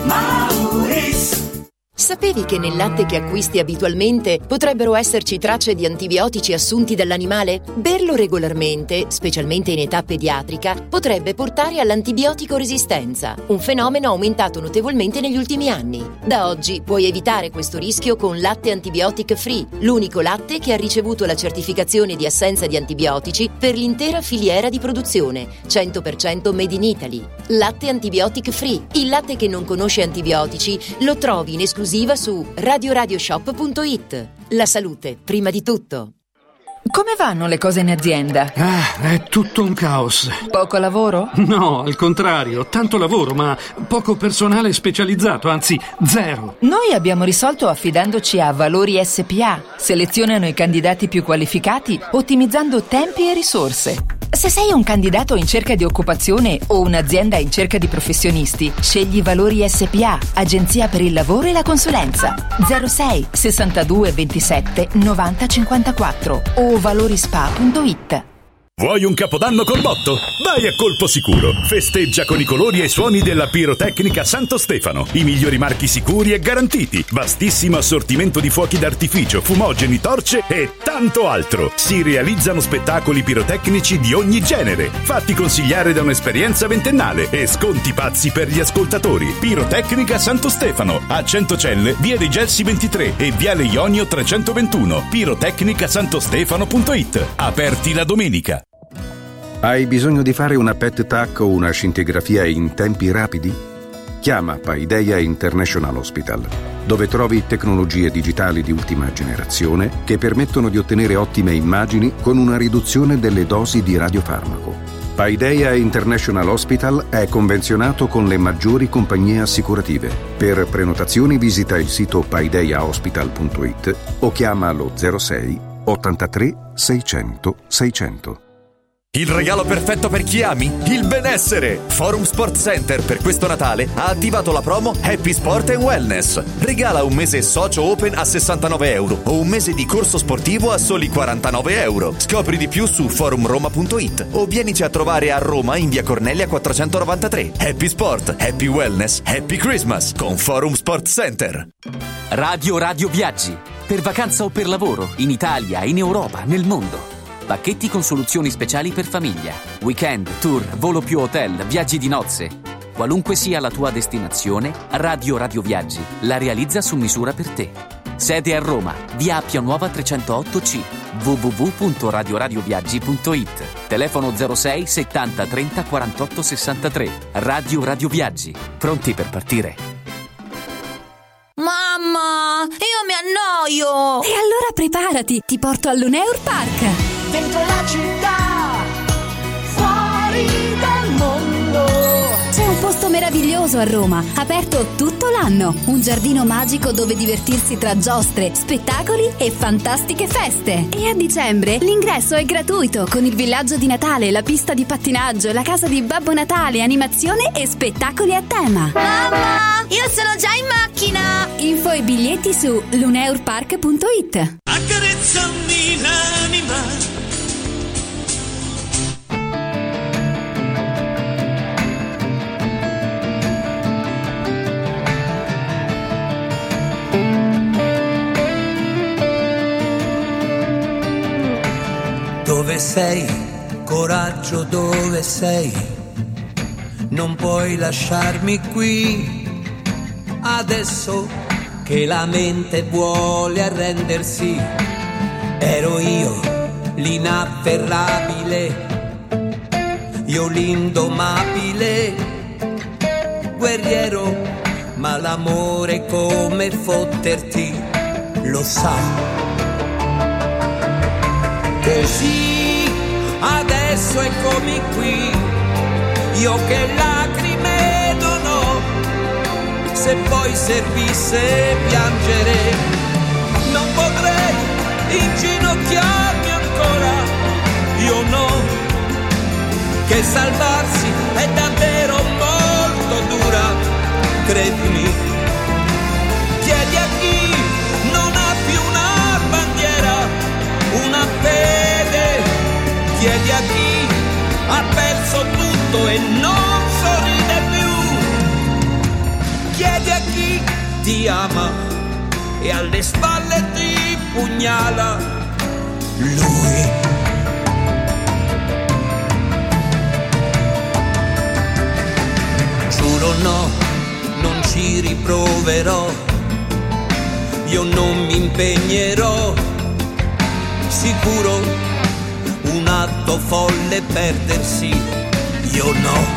Q: Mauris. Sapevi che nel latte che acquisti abitualmente potrebbero esserci tracce di antibiotici assunti dall'animale? Berlo regolarmente, specialmente in età pediatrica, potrebbe portare all'antibiotico resistenza, un fenomeno aumentato notevolmente negli ultimi anni. Da oggi puoi evitare questo rischio con Latte Antibiotic Free, l'unico latte che ha ricevuto la certificazione di assenza di antibiotici per l'intera filiera di produzione, 100% made in Italy. Latte Antibiotic Free, il latte che non conosce antibiotici, lo trovi in esclusiva su radioradioshop.it. La salute, prima di tutto.
R: Come vanno le cose in azienda?
G: È tutto un caos.
R: Poco lavoro?
G: No, al contrario, tanto lavoro, ma poco personale specializzato, anzi zero.
R: Noi abbiamo risolto affidandoci a Valori SPA. Selezionano i candidati più qualificati, ottimizzando tempi e risorse. Se sei un candidato in cerca di occupazione o un'azienda in cerca di professionisti, scegli Valori SPA, agenzia per il lavoro e la consulenza. 06 62 27 90 54 o valorispa.it.
S: Vuoi un capodanno col botto? Vai a Colpo Sicuro. Festeggia con i colori e i suoni della pirotecnica Santo Stefano. I migliori marchi sicuri e garantiti. Vastissimo assortimento di fuochi d'artificio, fumogeni, torce e tanto altro. Si realizzano spettacoli pirotecnici di ogni genere. Fatti consigliare da un'esperienza ventennale e sconti pazzi per gli ascoltatori. Pirotecnica Santo Stefano. A Centocelle, via dei Gelsi 23 e viale Ionio 321. pirotecnicasantostefano.it. Aperti la domenica.
T: Hai bisogno di fare una PET TAC o una scintigrafia in tempi rapidi? Chiama Paideia International Hospital, dove trovi tecnologie digitali di ultima generazione che permettono di ottenere ottime immagini con una riduzione delle dosi di radiofarmaco. Paideia International Hospital è convenzionato con le maggiori compagnie assicurative. Per prenotazioni visita il sito paideiahospital.it o chiama lo 06 83 600 600.
U: Il regalo perfetto per chi ami? Il benessere! Forum Sport Center per questo Natale ha attivato la promo Happy Sport and Wellness. Regala un mese socio open a €69 o un mese di corso sportivo a soli €49. Scopri di più su forumroma.it o vienici a trovare a Roma in via Cornelia 493. Happy Sport, Happy Wellness, Happy Christmas con Forum Sport Center.
M: Radio Viaggi. per vacanza o per lavoro, in Italia, in Europa, nel mondo. Pacchetti con soluzioni speciali per famiglia. Weekend, tour, volo più hotel, viaggi di nozze. Qualunque sia la tua destinazione, Radio Viaggi la realizza su misura per te. Sede a Roma, via Appia Nuova 308C, www.radioradioviaggi.it. Telefono 06 70 30 48 63. Radio Viaggi, pronti per partire.
L: Mamma, io mi annoio!
C: E allora preparati, ti porto all'Uneur Park.
H: Dentro la città, fuori dal mondo.
C: C'è un posto meraviglioso a Roma, aperto tutto l'anno. Un giardino magico dove divertirsi tra giostre, spettacoli e fantastiche feste. E a dicembre l'ingresso è gratuito con il villaggio di Natale, la pista di pattinaggio, la casa di Babbo Natale, animazione e spettacoli a tema.
L: Mamma, io sono già in macchina!
C: Info e biglietti su luneurpark.it.
E: Accarezzami l'anima.
V: Dove sei? Coraggio, dove sei? Non puoi lasciarmi qui, adesso che la mente vuole arrendersi. Ero io, l'inafferrabile, io l'indomabile, guerriero, ma l'amore come fotterti, lo sa. Così, adesso eccomi qui, io che lacrime non ho, se poi servisse piangere, non potrei inginocchiarmi ancora, io no, che salvarsi è davvero molto dura, credimi, chiedi a chi non ha più una bandiera, una fede, chiedi a chi ha perso tutto e non sorride più, chiedi a chi ti ama e alle spalle ti pugnala lui. Giuro no, non ci riproverò, io non mi impegnerò, sicuro un atto folle perdersi, io no.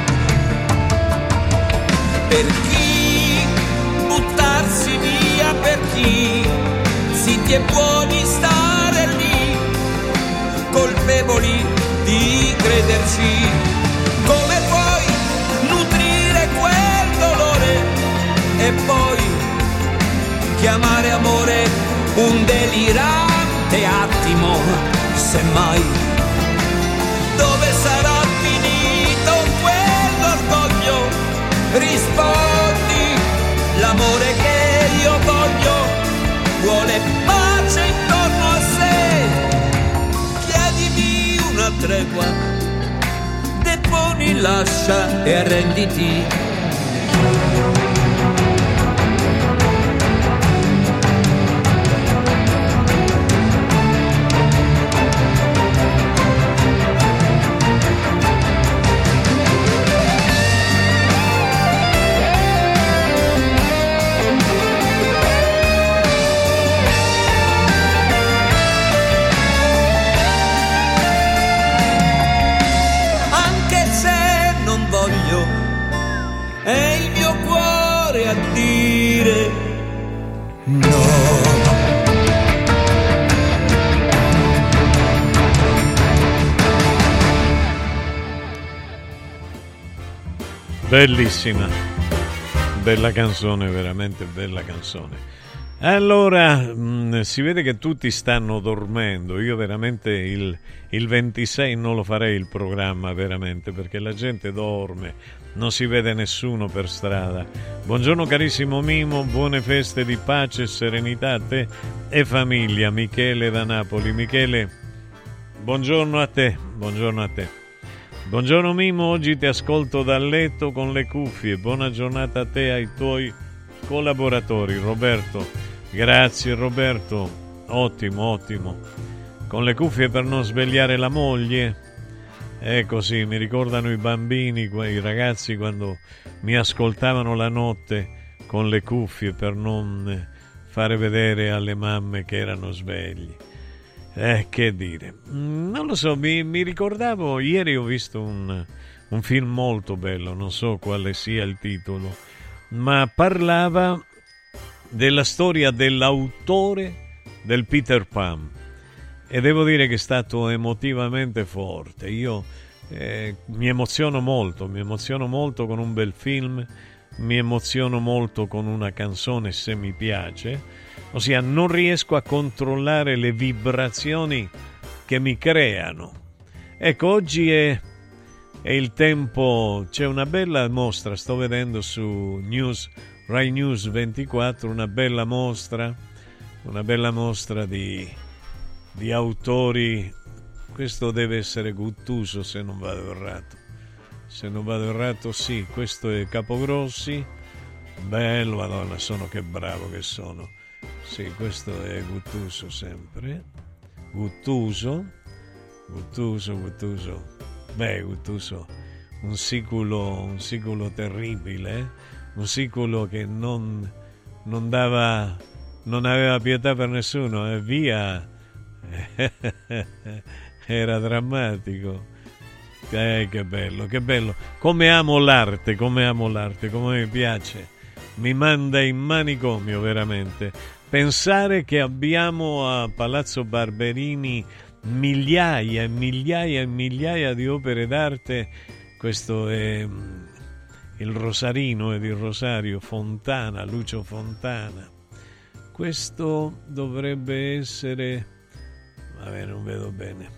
V: Per chi buttarsi via, per chi zitti e buoni stare lì, colpevoli di crederci, come puoi nutrire quel dolore e poi chiamare amore un delirante attimo, semmai. Dove sarà finito quell'orgoglio? Rispondi, l'amore che io voglio vuole pace intorno a sé. Chiedimi una tregua, deponi, lascia e arrenditi. È il mio cuore a dire no.
B: Bellissima, bella canzone, veramente bella canzone. Allora, si vede che tutti stanno dormendo. Io veramente il 26 non lo farei il programma, veramente, perché la gente dorme, non si vede nessuno per strada. Buongiorno carissimo Mimo, buone feste di pace e serenità a te e famiglia. Michele da Napoli. Michele, buongiorno a te, buongiorno a te. Buongiorno Mimo, oggi ti ascolto dal letto con le cuffie. Buona giornata a te e ai tuoi collaboratori. Roberto, Grazie Roberto, ottimo. Con le cuffie per non svegliare la moglie. Così mi ricordano i bambini, i ragazzi quando mi ascoltavano la notte con le cuffie per non fare vedere alle mamme che erano svegli. Che dire, non lo so, mi ricordavo, ieri ho visto un film molto bello, non so quale sia il titolo, ma parlava della storia dell'autore del Peter Pan e devo dire che è stato emotivamente forte. Io mi emoziono molto con un bel film, mi emoziono molto con una canzone se mi piace, ossia non riesco a controllare le vibrazioni che mi creano. Ecco, oggi è il tempo, c'è una bella mostra, sto vedendo su Rai News 24 una bella mostra di autori. Questo deve essere Guttuso, se non vado errato, sì, questo è Capogrossi, bello, madonna, che bravo che sono. Sì, questo è Guttuso sempre. Guttuso. Beh, Guttuso, un siculo terribile, un siculo che non aveva pietà per nessuno, e via. Era drammatico. Che bello. Come amo l'arte, come mi piace. Mi manda in manicomio veramente. Pensare che abbiamo a Palazzo Barberini migliaia e migliaia di opere d'arte. Questo è il Rosarino ed il Rosario, Fontana, Lucio Fontana. Questo dovrebbe essere... Vabbè, non vedo bene.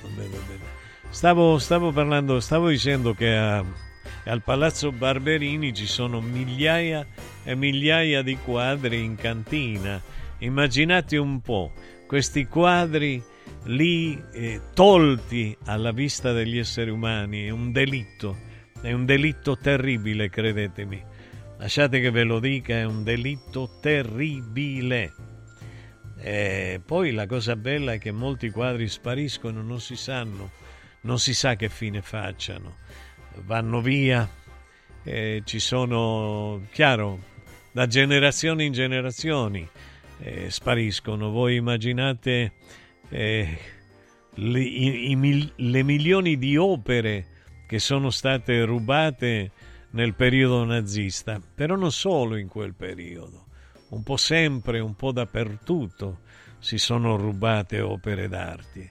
B: Stavo dicendo che al Palazzo Barberini ci sono migliaia e migliaia di quadri in cantina. Immaginate un po' questi quadri lì tolti alla vista degli esseri umani. È un delitto terribile, credetemi. Lasciate che ve lo dica, è un delitto terribile. Poi la cosa bella è che molti quadri spariscono, non si sa che fine facciano, vanno via, ci sono, chiaro, da generazioni in generazioni spariscono. Voi immaginate le milioni di opere che sono state rubate nel periodo nazista, però non solo in quel periodo. Un po' sempre, un po' dappertutto si sono rubate opere d'arte.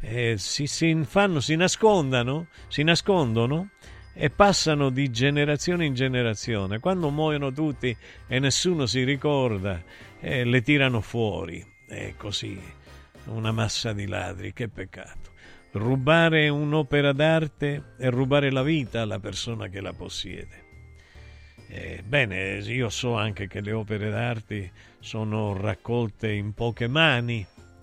B: Si nascondono e passano di generazione in generazione. Quando muoiono tutti e nessuno si ricorda, le tirano fuori. È così, una massa di ladri, che peccato. Rubare un'opera d'arte è rubare la vita alla persona che la possiede. Bene, io so anche che le opere d'arte sono raccolte in poche mani,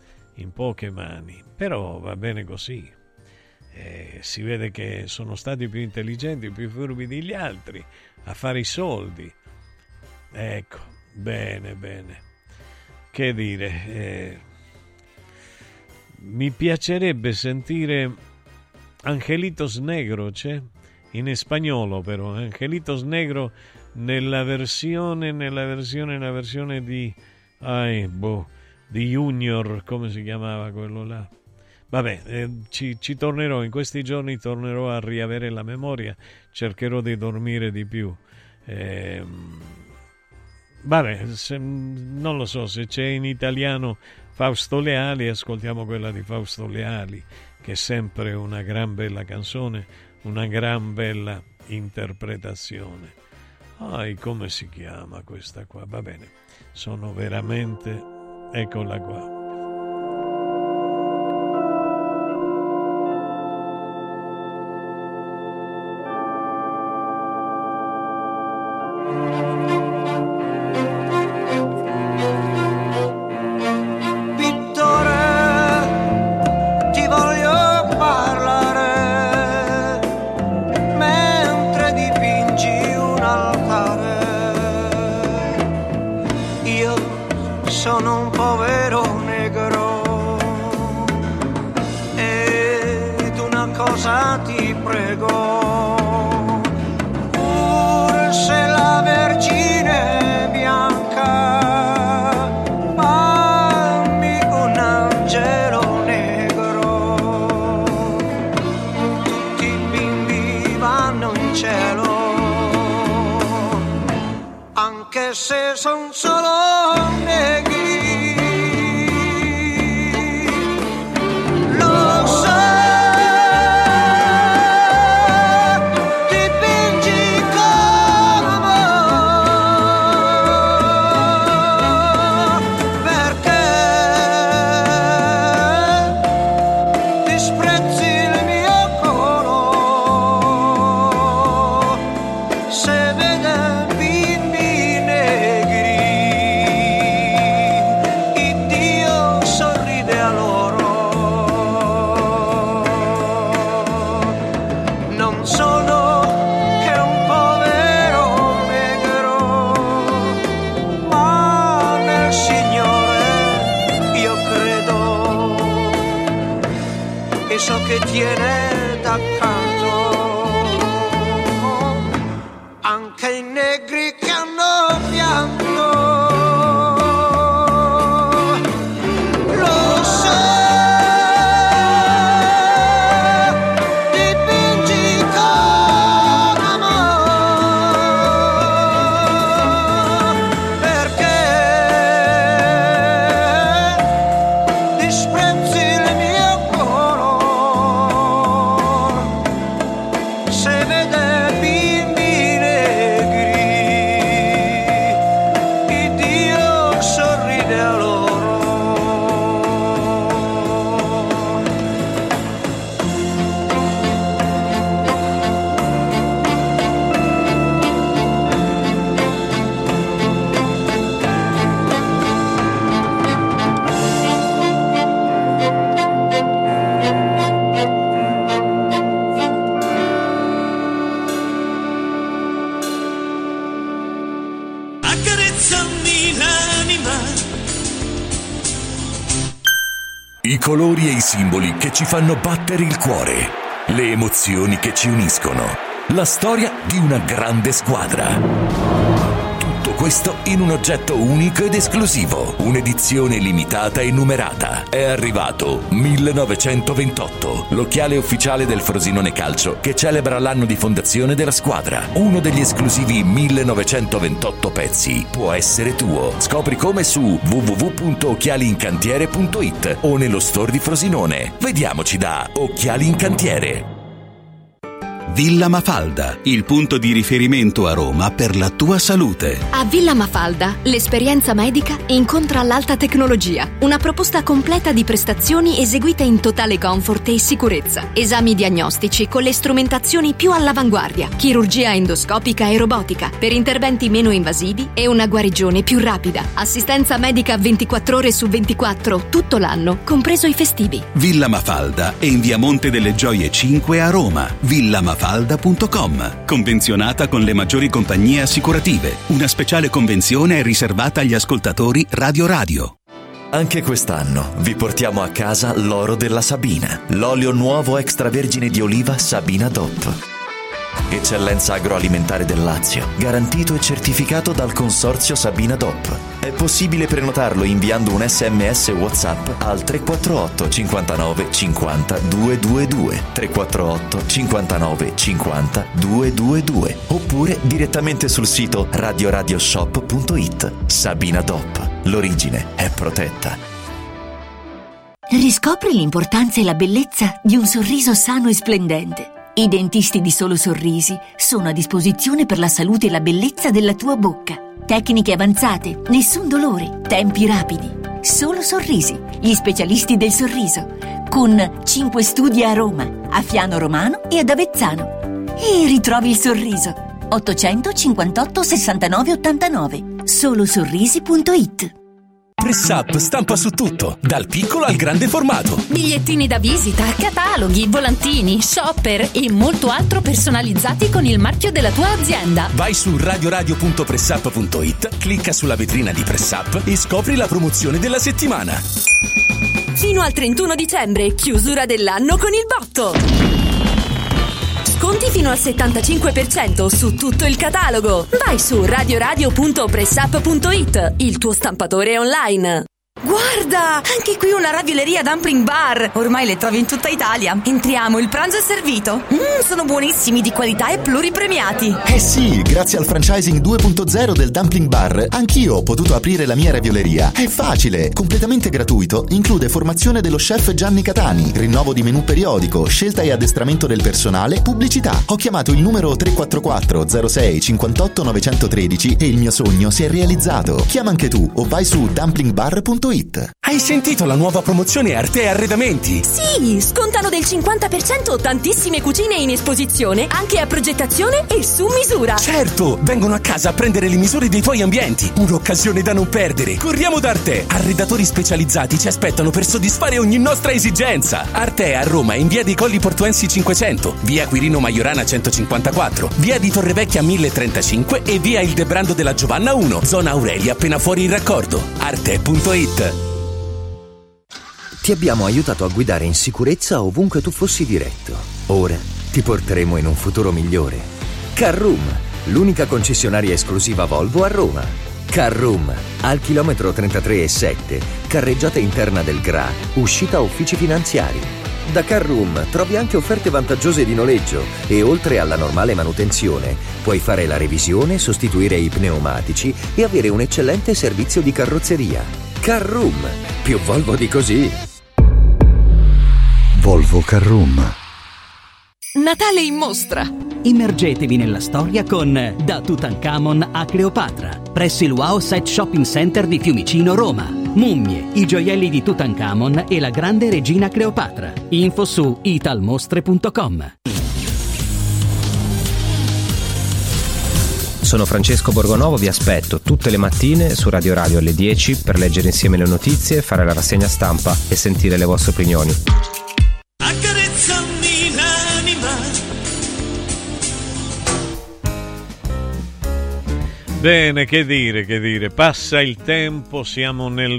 B: però va bene così. Si vede che sono stati più intelligenti, più furbi degli altri a fare i soldi. Ecco, bene. Che dire, mi piacerebbe sentire Angelitos Negro, c'è? In spagnolo però, Angelitos Negro nella versione di di Junior, come si chiamava quello là? Vabbè, ci tornerò, in questi giorni tornerò a riavere la memoria, cercherò di dormire di più. Vabbè, non lo so se c'è in italiano Fausto Leali, ascoltiamo quella di Fausto Leali, che è sempre una gran bella canzone, una gran bella interpretazione. Come si chiama questa qua? Va bene, sono veramente... Eccola qua.
H: Sono ma ti prego, pur se la Vergine è bianca, fammi un angelo negro. Tutti i bimbi vanno in cielo, anche se son solo negri. Lo so, dipingi come perché disprezzi il mio colore, se vede bimbi negri, il Dio sorride a loro. Non sono che un povero negro, ma nel Signore io credo, e so che tiene d'accanto anche i negri che hanno pianto. Lo so, dipingi con amore, perché disprezzi il mio colore, se vede bimbi negri, il Dio sorride a loro.
E: Accarezzami l'anima.
K: I colori e i simboli che ci fanno battere il cuore, le emozioni che ci uniscono, la storia di una grande squadra. Tutto questo in un oggetto unico ed esclusivo, un'edizione limitata e numerata. È arrivato 1928, l'occhiale ufficiale del Frosinone Calcio che celebra l'anno di fondazione della squadra. Uno degli esclusivi 1928 pezzi può essere tuo. Scopri come su www.occhialiincantiere.it o nello store di Frosinone. Vediamoci da Occhiali in Cantiere.
D: Villa Mafalda, il punto di riferimento a Roma per la tua salute.
F: A Villa Mafalda, l'esperienza medica incontra l'alta tecnologia. Una proposta completa di prestazioni eseguite in totale comfort e sicurezza. Esami diagnostici con le strumentazioni più all'avanguardia. Chirurgia endoscopica e robotica per interventi meno invasivi e una guarigione più rapida. Assistenza medica 24 ore su 24 tutto l'anno, compreso i festivi.
D: Villa Mafalda è in via Monte delle Gioie 5 a Roma. villamafalda.com. Convenzionata con le maggiori compagnie assicurative. Una speciale convenzione è riservata agli ascoltatori Radio.
U: Anche quest'anno vi portiamo a casa l'oro della Sabina, l'olio nuovo extravergine di oliva Sabina DOP. Eccellenza agroalimentare del Lazio, garantito e certificato dal consorzio Sabina DOP. È possibile prenotarlo inviando un SMS WhatsApp al 348 59 50 222, 348 59 50 222, oppure direttamente sul sito radioradioshop.it. Sabina DOP, l'origine è protetta.
W: Riscopri l'importanza e la bellezza di un sorriso sano e splendente. I dentisti di Solo Sorrisi sono a disposizione per la salute e la bellezza della tua bocca. Tecniche avanzate, nessun dolore, tempi rapidi. Solo Sorrisi, gli specialisti del sorriso, con 5 studi a Roma, a Fiano Romano e ad Avezzano. E ritrovi il sorriso. 858 69 89. Solosorrisi.it.
K: PressUp stampa su tutto, dal piccolo al grande formato.
F: Bigliettini da visita, cataloghi, volantini, shopper e molto altro personalizzati con il marchio della tua azienda.
K: Vai su radioradio.pressup.it, clicca sulla vetrina di PressUp e scopri la promozione della settimana.
F: Fino al 31 dicembre, chiusura dell'anno con il botto.
L: fino al 75% su tutto il catalogo. Vai su radioradio.pressup.it, il tuo stampatore online. Guarda, anche qui una ravioleria Dumpling Bar. Ormai le trovi in tutta Italia. Entriamo, il pranzo è servito. Sono buonissimi, di qualità e pluripremiati.
U: Eh sì, grazie al franchising 2.0 del Dumpling Bar, anch'io ho potuto aprire la mia ravioleria. È facile, completamente gratuito, include formazione dello chef Gianni Catani, rinnovo di menù periodico, scelta e addestramento del personale, pubblicità. Ho chiamato il numero 344 06 58 913 e il mio sogno si è realizzato. Chiama anche tu o vai su dumplingbar.it.
M: Hai sentito la nuova promozione Arte Arredamenti?
L: Sì, scontano del 50% tantissime cucine in esposizione, anche a progettazione e su misura.
M: Certo, vengono a casa a prendere le misure dei tuoi ambienti. Un'occasione da non perdere. Corriamo da Arte. Arredatori specializzati ci aspettano per soddisfare ogni nostra esigenza. Arte a Roma in via dei Colli Portuensi 500, via Quirino Maiorana 154, via di Torrevecchia 1035 e via Ildebrando della Giovanna 1, zona Aurelia appena fuori il raccordo. Arte.it.
A: Ti abbiamo aiutato a guidare in sicurezza ovunque tu fossi diretto. Ora ti porteremo in un futuro migliore. Carroom, l'unica concessionaria esclusiva Volvo a Roma. Carroom, al chilometro 33,7, carreggiata interna del GRA, uscita uffici finanziari. Da Carroom trovi anche offerte vantaggiose di noleggio e oltre alla normale manutenzione puoi fare la revisione, sostituire i pneumatici e avere un eccellente servizio di carrozzeria. Carroom, più Volvo di così.
I: Volvo Carroom.
F: Natale in mostra.
J: Immergetevi nella storia con Da Tutankhamon a Cleopatra, presso il Wow Site Shopping Center di Fiumicino, Roma. Mummie, i gioielli di Tutankhamon e la grande regina Cleopatra. Info su italmostre.com.
X: Sono Francesco Borgonovo, vi aspetto tutte le mattine su Radio Radio alle 10 per leggere insieme le notizie, fare la rassegna stampa e sentire le vostre opinioni.
E: Accarezzami l'anima.
B: Bene, che dire, passa il tempo, siamo nel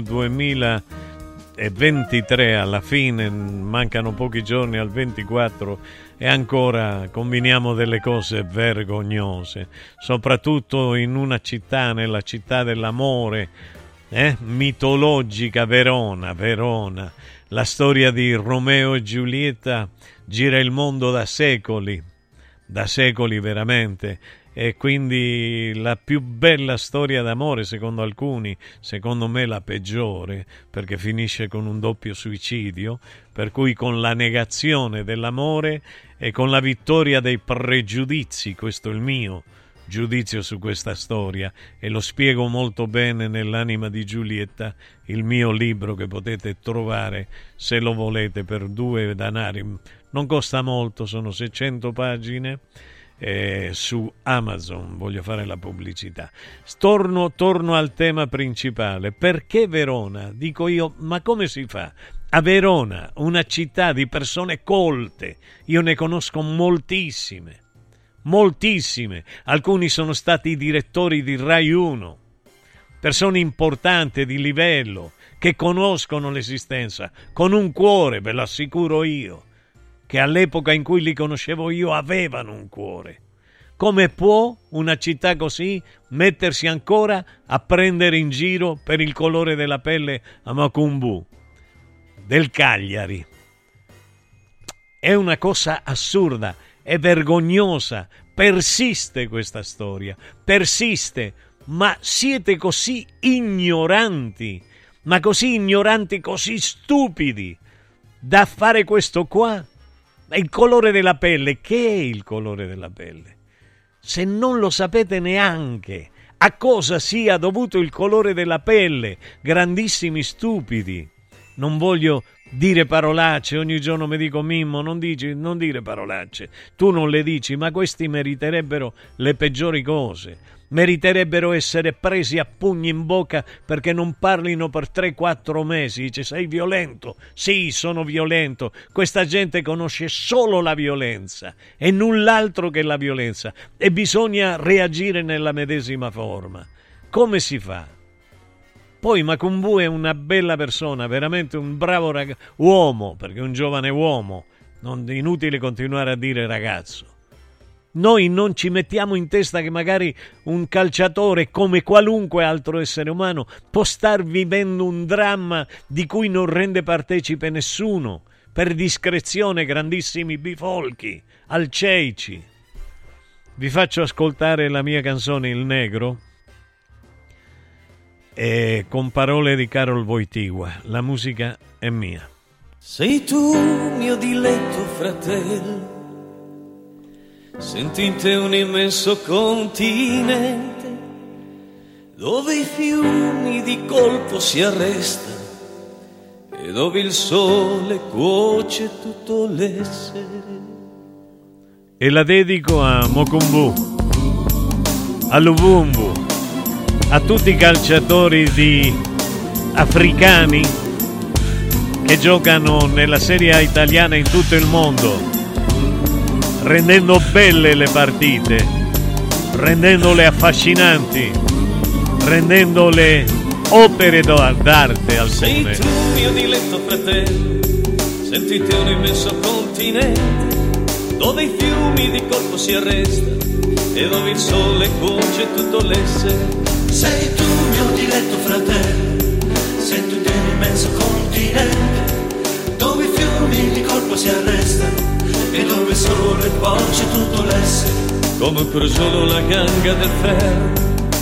B: 2023 alla fine, mancano pochi giorni al 24 e ancora combiniamo delle cose vergognose, soprattutto in una città, nella città dell'amore, mitologica Verona. La storia di Romeo e Giulietta gira il mondo da secoli veramente. E quindi la più bella storia d'amore, secondo alcuni, secondo me la peggiore, perché finisce con un doppio suicidio, per cui con la negazione dell'amore e con la vittoria dei pregiudizi. Questo è il mio giudizio su questa storia e lo spiego molto bene nell'Anima di Giulietta, il mio libro che potete trovare se lo volete per 2 denari, non costa molto, sono 600 pagine. Su Amazon, voglio fare la pubblicità. Torno al tema principale. Perché Verona? Dico io, ma come si fa? A Verona, una città di persone colte, io ne conosco moltissime, alcuni sono stati direttori di Rai 1, persone importanti di livello che conoscono l'esistenza con un cuore, ve lo assicuro io, che all'epoca in cui li conoscevo io avevano un cuore. Come può una città così mettersi ancora a prendere in giro per il colore della pelle a Macumbu del Cagliari? È una cosa assurda, è vergognosa, persiste questa storia, ma siete così ignoranti, così stupidi da fare questo qua? Il colore della pelle, che è il colore della pelle? Se non lo sapete neanche a cosa sia dovuto il colore della pelle, grandissimi stupidi. Non voglio dire parolacce, ogni giorno mi dico Mimmo, non dire parolacce, tu non le dici, ma questi meriterebbero le peggiori cose. Meriterebbero essere presi a pugni in bocca perché non parlino per 3-4 mesi. Dice, sei violento? Sì, sono violento. Questa gente conosce solo la violenza e null'altro che la violenza e bisogna reagire nella medesima forma. Come si fa? Poi Macumbu è una bella persona, veramente un bravo uomo, perché è un giovane uomo, non inutile continuare a dire ragazzo. Noi non ci mettiamo in testa che magari un calciatore, come qualunque altro essere umano, può star vivendo un dramma di cui non rende partecipe nessuno, per discrezione grandissimi bifolchi, alceici. Vi faccio ascoltare la mia canzone Il Negro, e con parole di Karol Wojtyła. La musica è mia.
E: Sei tu, mio diletto fratello, sento in te un immenso continente, dove i fiumi di colpo si arrestano e dove il sole cuoce tutto l'essere.
B: E la dedico a Mokumbu, a Luvumbu, a tutti i calciatori africani che giocano nella Serie A italiana in tutto il mondo, rendendo belle le partite, rendendole affascinanti, rendendole opere d'arte alcune.
E: Sei tu, mio diletto fratello, senti te un immenso continente, dove i fiumi di colpo si arrestano e dove il sole cuoce tutto l'essere.
H: Sei tu, mio diletto fratello, sento te un immenso continente, dove i fiumi di colpo si arrestano e dove il sole cuoce tutto l'essere.
E: Come un crogiolo la ganga del ferro.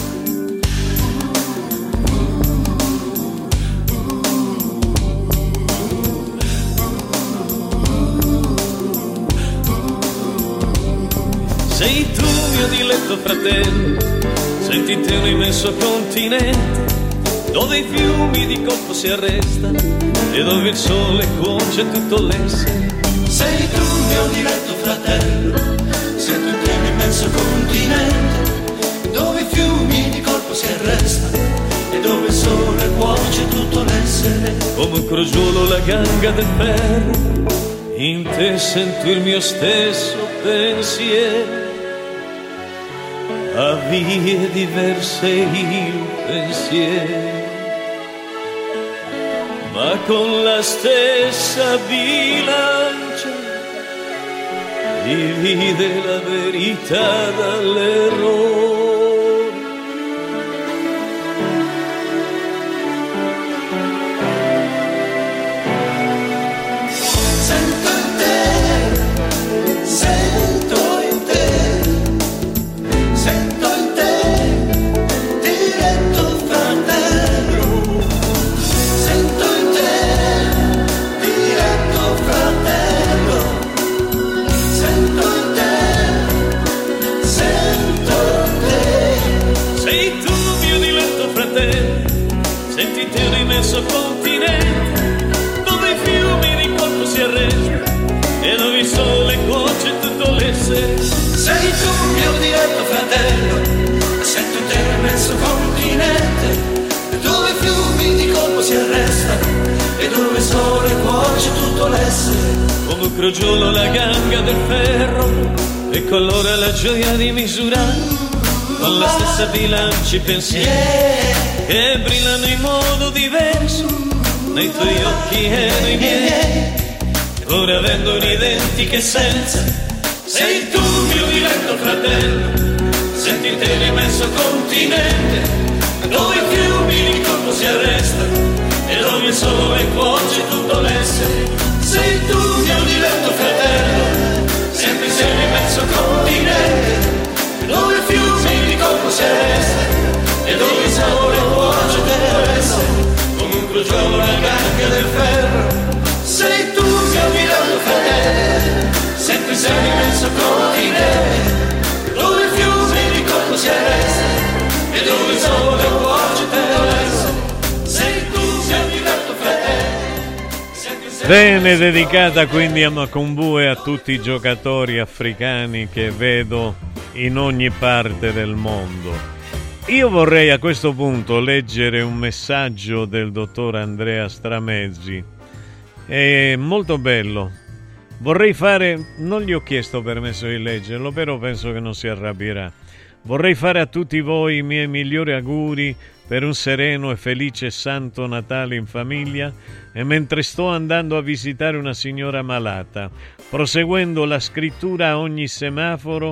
E: Sei tu, mio diletto fratello, senti te un immenso continente, dove i fiumi di colpo si arrestano e dove il sole cuoce tutto l'essere.
H: Sei tu, mio diletto fratello, sento te un immenso continente, dove i fiumi di colpo si arrestano e dove il sole cuoce tutto l'essere.
E: Come un crogiolo la ganga del ferro, in te sento il mio stesso pensiero. A vie diverse il pensiero, ma con la stessa bilancia divide la verità dall'errore. Senti te un immenso continente, dove i fiumi di colpo si arrestano e dove il sole cuoce tutto l'essere.
H: Sei tu, mio diletto fratello, sento te un immenso continente, dove i fiumi di colpo si arrestano e dove il sole cuoce tutto l'essere.
E: Come un crogiolo la ganga del ferro, ecco allora la gioia di misurare con la stessa bilancia i pensieri che brillano in modo diverso nei tuoi occhi e nei miei, pur avendo un'identiche essenza.
H: Sei tu, mio diletto fratello, senti te l'immenso continente, dove i fiumi di colpo si arrestano e dove il sole cuoce tutto l'essere. Sei tu, mio diletto fratello, senti te l'immenso continente, dove i fiumi di colpo si arrestano e dove il sole cuoce tutto l'essere. Come un crogiolo la ganga del ferro. Sei tu, mio diletto fratello, senti te l'immenso continente, dove i fiumi di colpo si arrestano e dove il sole cuoce tutto l'essere. Sei tu, mio diletto fratello.
B: Bene, dedicata quindi a Mokumbu e a tutti i giocatori africani che vedo in ogni parte del mondo. Io vorrei a questo punto leggere un messaggio del dottor Andrea Stramezzi. È molto bello. Vorrei fare, non gli ho chiesto permesso di leggerlo, però penso che non si arrabbierà. Vorrei fare a tutti voi i miei migliori auguri per un sereno e felice Santo Natale in famiglia e mentre sto andando a visitare una signora malata, proseguendo la scrittura a ogni semaforo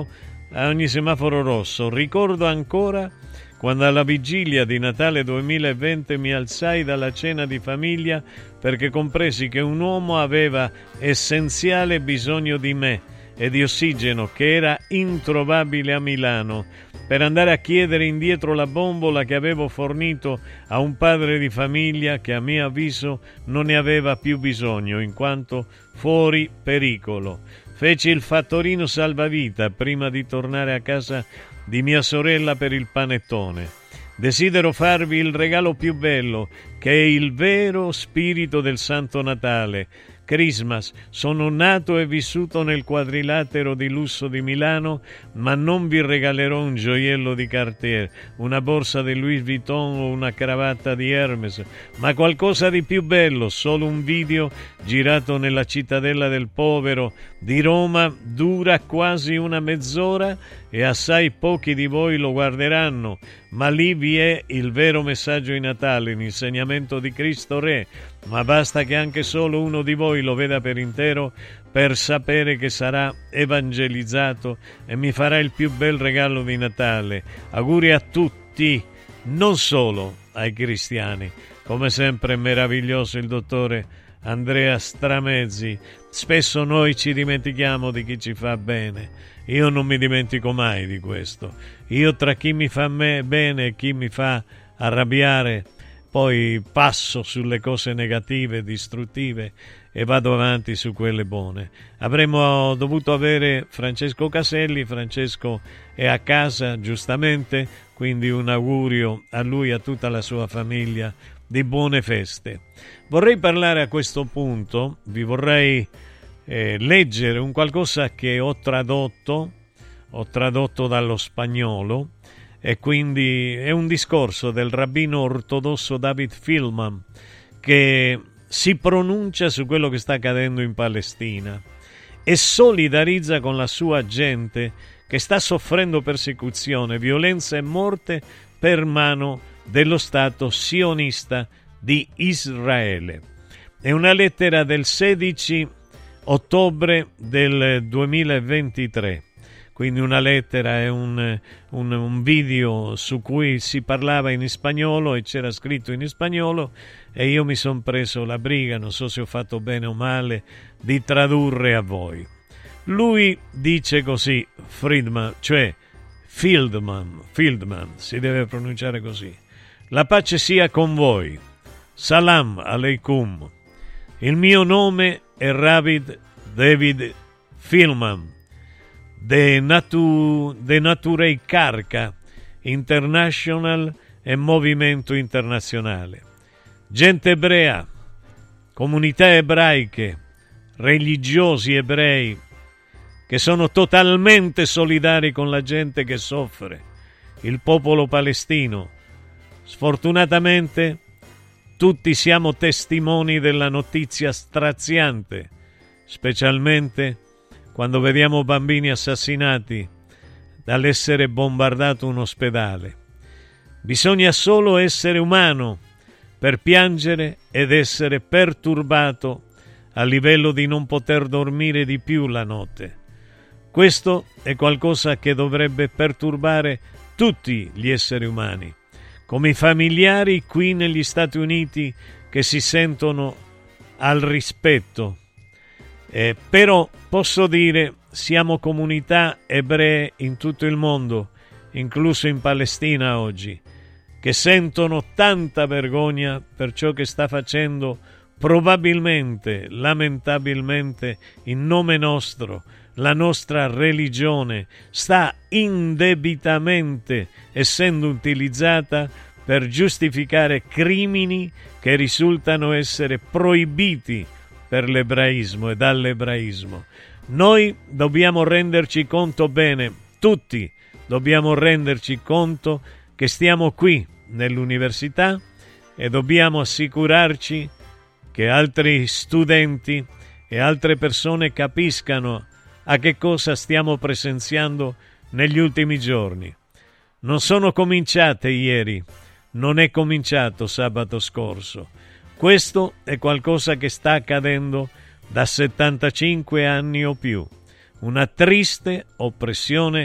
B: a ogni semaforo rosso. Ricordo ancora quando alla vigilia di Natale 2020 mi alzai dalla cena di famiglia perché compresi che un uomo aveva essenziale bisogno di me e di ossigeno che era introvabile a Milano, per andare a chiedere indietro la bombola che avevo fornito a un padre di famiglia che a mio avviso non ne aveva più bisogno in quanto fuori pericolo. Feci il fattorino salvavita prima di tornare a casa di mia sorella per il panettone. Desidero farvi il regalo più bello, che è il vero spirito del Santo Natale. Christmas. Sono nato e vissuto nel quadrilatero di lusso di Milano, ma non vi regalerò un gioiello di Cartier, una borsa di Louis Vuitton o una cravatta di Hermes, ma qualcosa di più bello, solo un video girato nella cittadella del povero di Roma, dura quasi una mezz'ora e assai pochi di voi lo guarderanno, ma lì vi è il vero messaggio di Natale, l'insegnamento di Cristo Re, ma basta che anche solo uno di voi lo veda per intero per sapere che sarà evangelizzato e mi farà il più bel regalo di Natale. Auguri a tutti, non solo ai cristiani. Come sempre meraviglioso il dottore Andrea Stramezzi. Spesso noi ci dimentichiamo di chi ci fa bene. Io non mi dimentico mai di questo. Io tra chi mi fa bene e chi mi fa arrabbiare poi passo sulle cose negative, distruttive e vado avanti su quelle buone. Avremmo dovuto avere Francesco Caselli. Francesco è a casa giustamente, quindi un augurio a lui e a tutta la sua famiglia di buone feste. Vorrei parlare a questo punto, vi vorrei leggere un qualcosa che ho tradotto dallo spagnolo, e quindi è un discorso del rabbino ortodosso David Feldman che si pronuncia su quello che sta accadendo in Palestina e solidarizza con la sua gente che sta soffrendo persecuzione, violenza e morte per mano dello Stato sionista di Israele. È una lettera del 16 ottobre del 2023. Quindi una lettera è un video su cui si parlava in spagnolo e c'era scritto in spagnolo e io mi sono preso la briga, non so se ho fatto bene o male, di tradurre a voi. Lui dice così, Fieldman, si deve pronunciare così. La pace sia con voi. Salam aleikum. Il mio nome è Ravid David Feldman. De Naturei Carca International e Movimento Internazionale. Gente ebrea, comunità ebraiche, religiosi ebrei che sono totalmente solidari con la gente che soffre, il popolo palestino. Sfortunatamente tutti siamo testimoni della notizia straziante, specialmente quando vediamo bambini assassinati dall'essere bombardato un ospedale. Bisogna solo essere umano per piangere ed essere perturbato a livello di non poter dormire di più la notte. Questo è qualcosa che dovrebbe perturbare tutti gli esseri umani, come i familiari qui negli Stati Uniti che si sentono al rispetto. Però posso dire, siamo comunità ebree in tutto il mondo, incluso in Palestina oggi, che sentono tanta vergogna per ciò che sta facendo probabilmente, lamentabilmente, in nome nostro, la nostra religione sta indebitamente essendo utilizzata per giustificare crimini che risultano essere proibiti per l'ebraismo e dall'ebraismo. Noi dobbiamo renderci conto bene, tutti dobbiamo renderci conto che stiamo qui nell'università e dobbiamo assicurarci che altri studenti e altre persone capiscano a che cosa stiamo presenziando negli ultimi giorni. Non sono cominciate ieri, non è cominciato sabato scorso. Questo è qualcosa che sta accadendo da 75 anni o più, una triste oppressione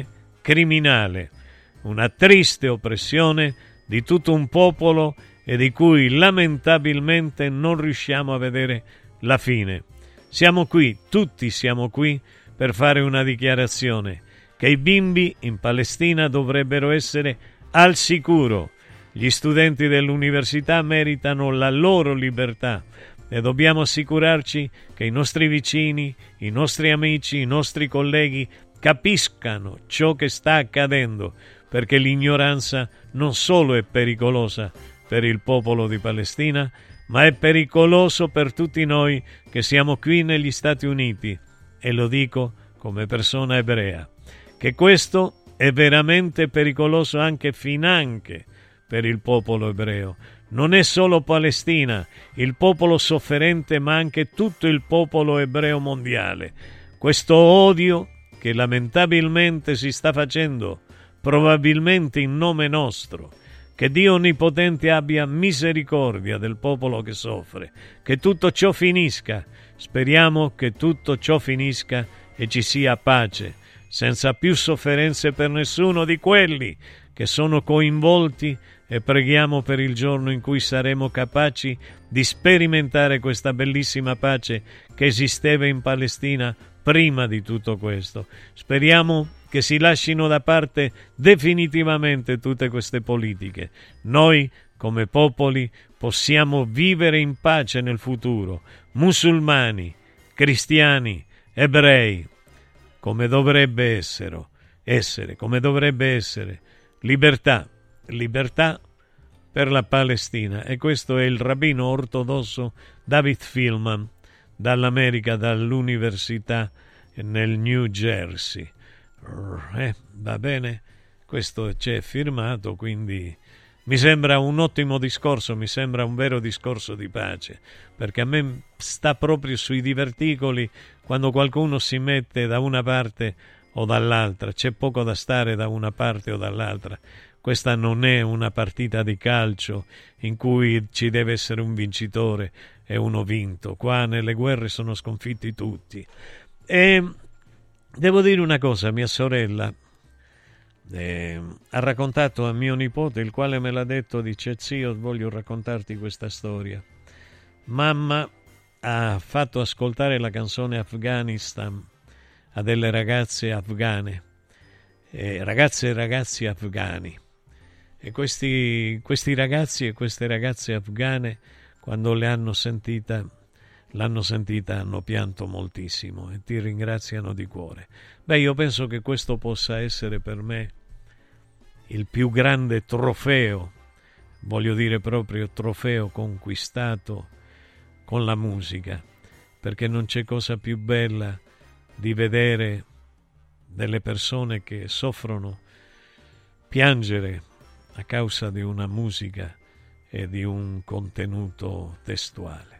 B: criminale, una triste oppressione di tutto un popolo e di cui lamentabilmente non riusciamo a vedere la fine. Siamo qui, tutti siamo qui, per fare una dichiarazione che i bimbi in Palestina dovrebbero essere al sicuro. Gli studenti dell'università meritano la loro libertà e dobbiamo assicurarci che i nostri vicini, i nostri amici, i nostri colleghi capiscano ciò che sta accadendo, perché l'ignoranza non solo è pericolosa per il popolo di Palestina, ma è pericoloso per tutti noi che siamo qui negli Stati Uniti, e lo dico come persona ebrea, che questo è veramente pericoloso finanche per il popolo ebreo. Non è solo Palestina, il popolo sofferente, ma anche tutto il popolo ebreo mondiale. Questo odio che lamentabilmente si sta facendo, probabilmente in nome nostro. Che Dio Onnipotente abbia misericordia del popolo che soffre, che tutto ciò finisca. Speriamo che tutto ciò finisca e ci sia pace, senza più sofferenze per nessuno di quelli che sono coinvolti, e preghiamo per il giorno in cui saremo capaci di sperimentare questa bellissima pace che esisteva in Palestina prima di tutto questo. Speriamo che si lascino da parte definitivamente tutte queste politiche. Noi, come popoli, possiamo vivere in pace nel futuro, musulmani, cristiani, ebrei, come dovrebbe essere, come dovrebbe essere. Libertà per la Palestina. E questo è il rabbino ortodosso David Feldman dall'America, dall'università nel New Jersey. Va bene, questo c'è firmato, quindi mi sembra un ottimo discorso, mi sembra un vero discorso di pace, perché a me sta proprio sui diverticoli quando qualcuno si mette da una parte o dall'altra, c'è poco da stare da una parte o dall'altra. Questa non è una partita di calcio in cui ci deve essere un vincitore e uno vinto. Qua nelle guerre sono sconfitti tutti. E devo dire una cosa, mia sorella ha raccontato a mio nipote, il quale me l'ha detto, dice: zio, voglio raccontarti questa storia. Mamma ha fatto ascoltare la canzone Afghanistan a delle ragazze afghane, ragazze e ragazzi afghani. E questi ragazzi e queste ragazze afghane, quando l'hanno sentita, hanno pianto moltissimo e ti ringraziano di cuore. Io penso che questo possa essere per me il più grande trofeo, voglio dire proprio trofeo conquistato con la musica, perché non c'è cosa più bella di vedere delle persone che soffrono piangere a causa di una musica e di un contenuto testuale.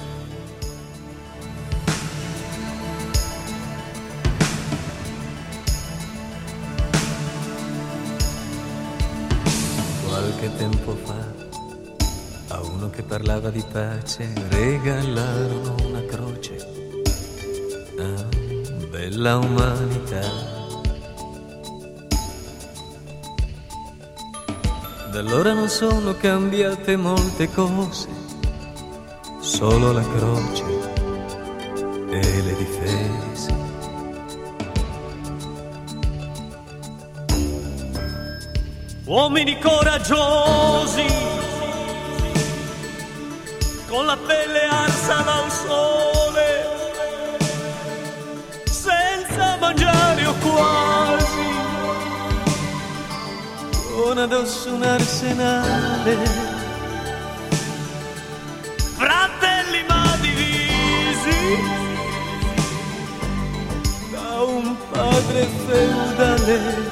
I: Qualche tempo fa a uno che parlava di pace regalarono una croce. Bella umanità. Da allora non sono cambiate molte cose, solo la croce e le difese.
E: Uomini coraggiosi, con la pelle arsa dal sole, senza mangiare o quasi, con addosso un arsenale, fratelli ma divisi da un padre feudale,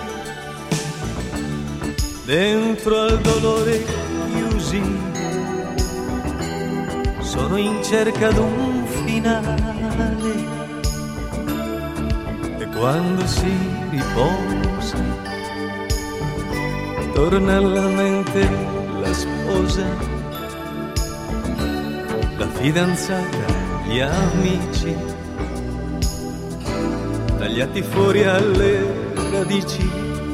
E: dentro al dolore chiusi, sono in cerca d'un finale, e quando si riposa torna alla mente la sposa, la fidanzata, gli amici, tagliati fuori alle radici.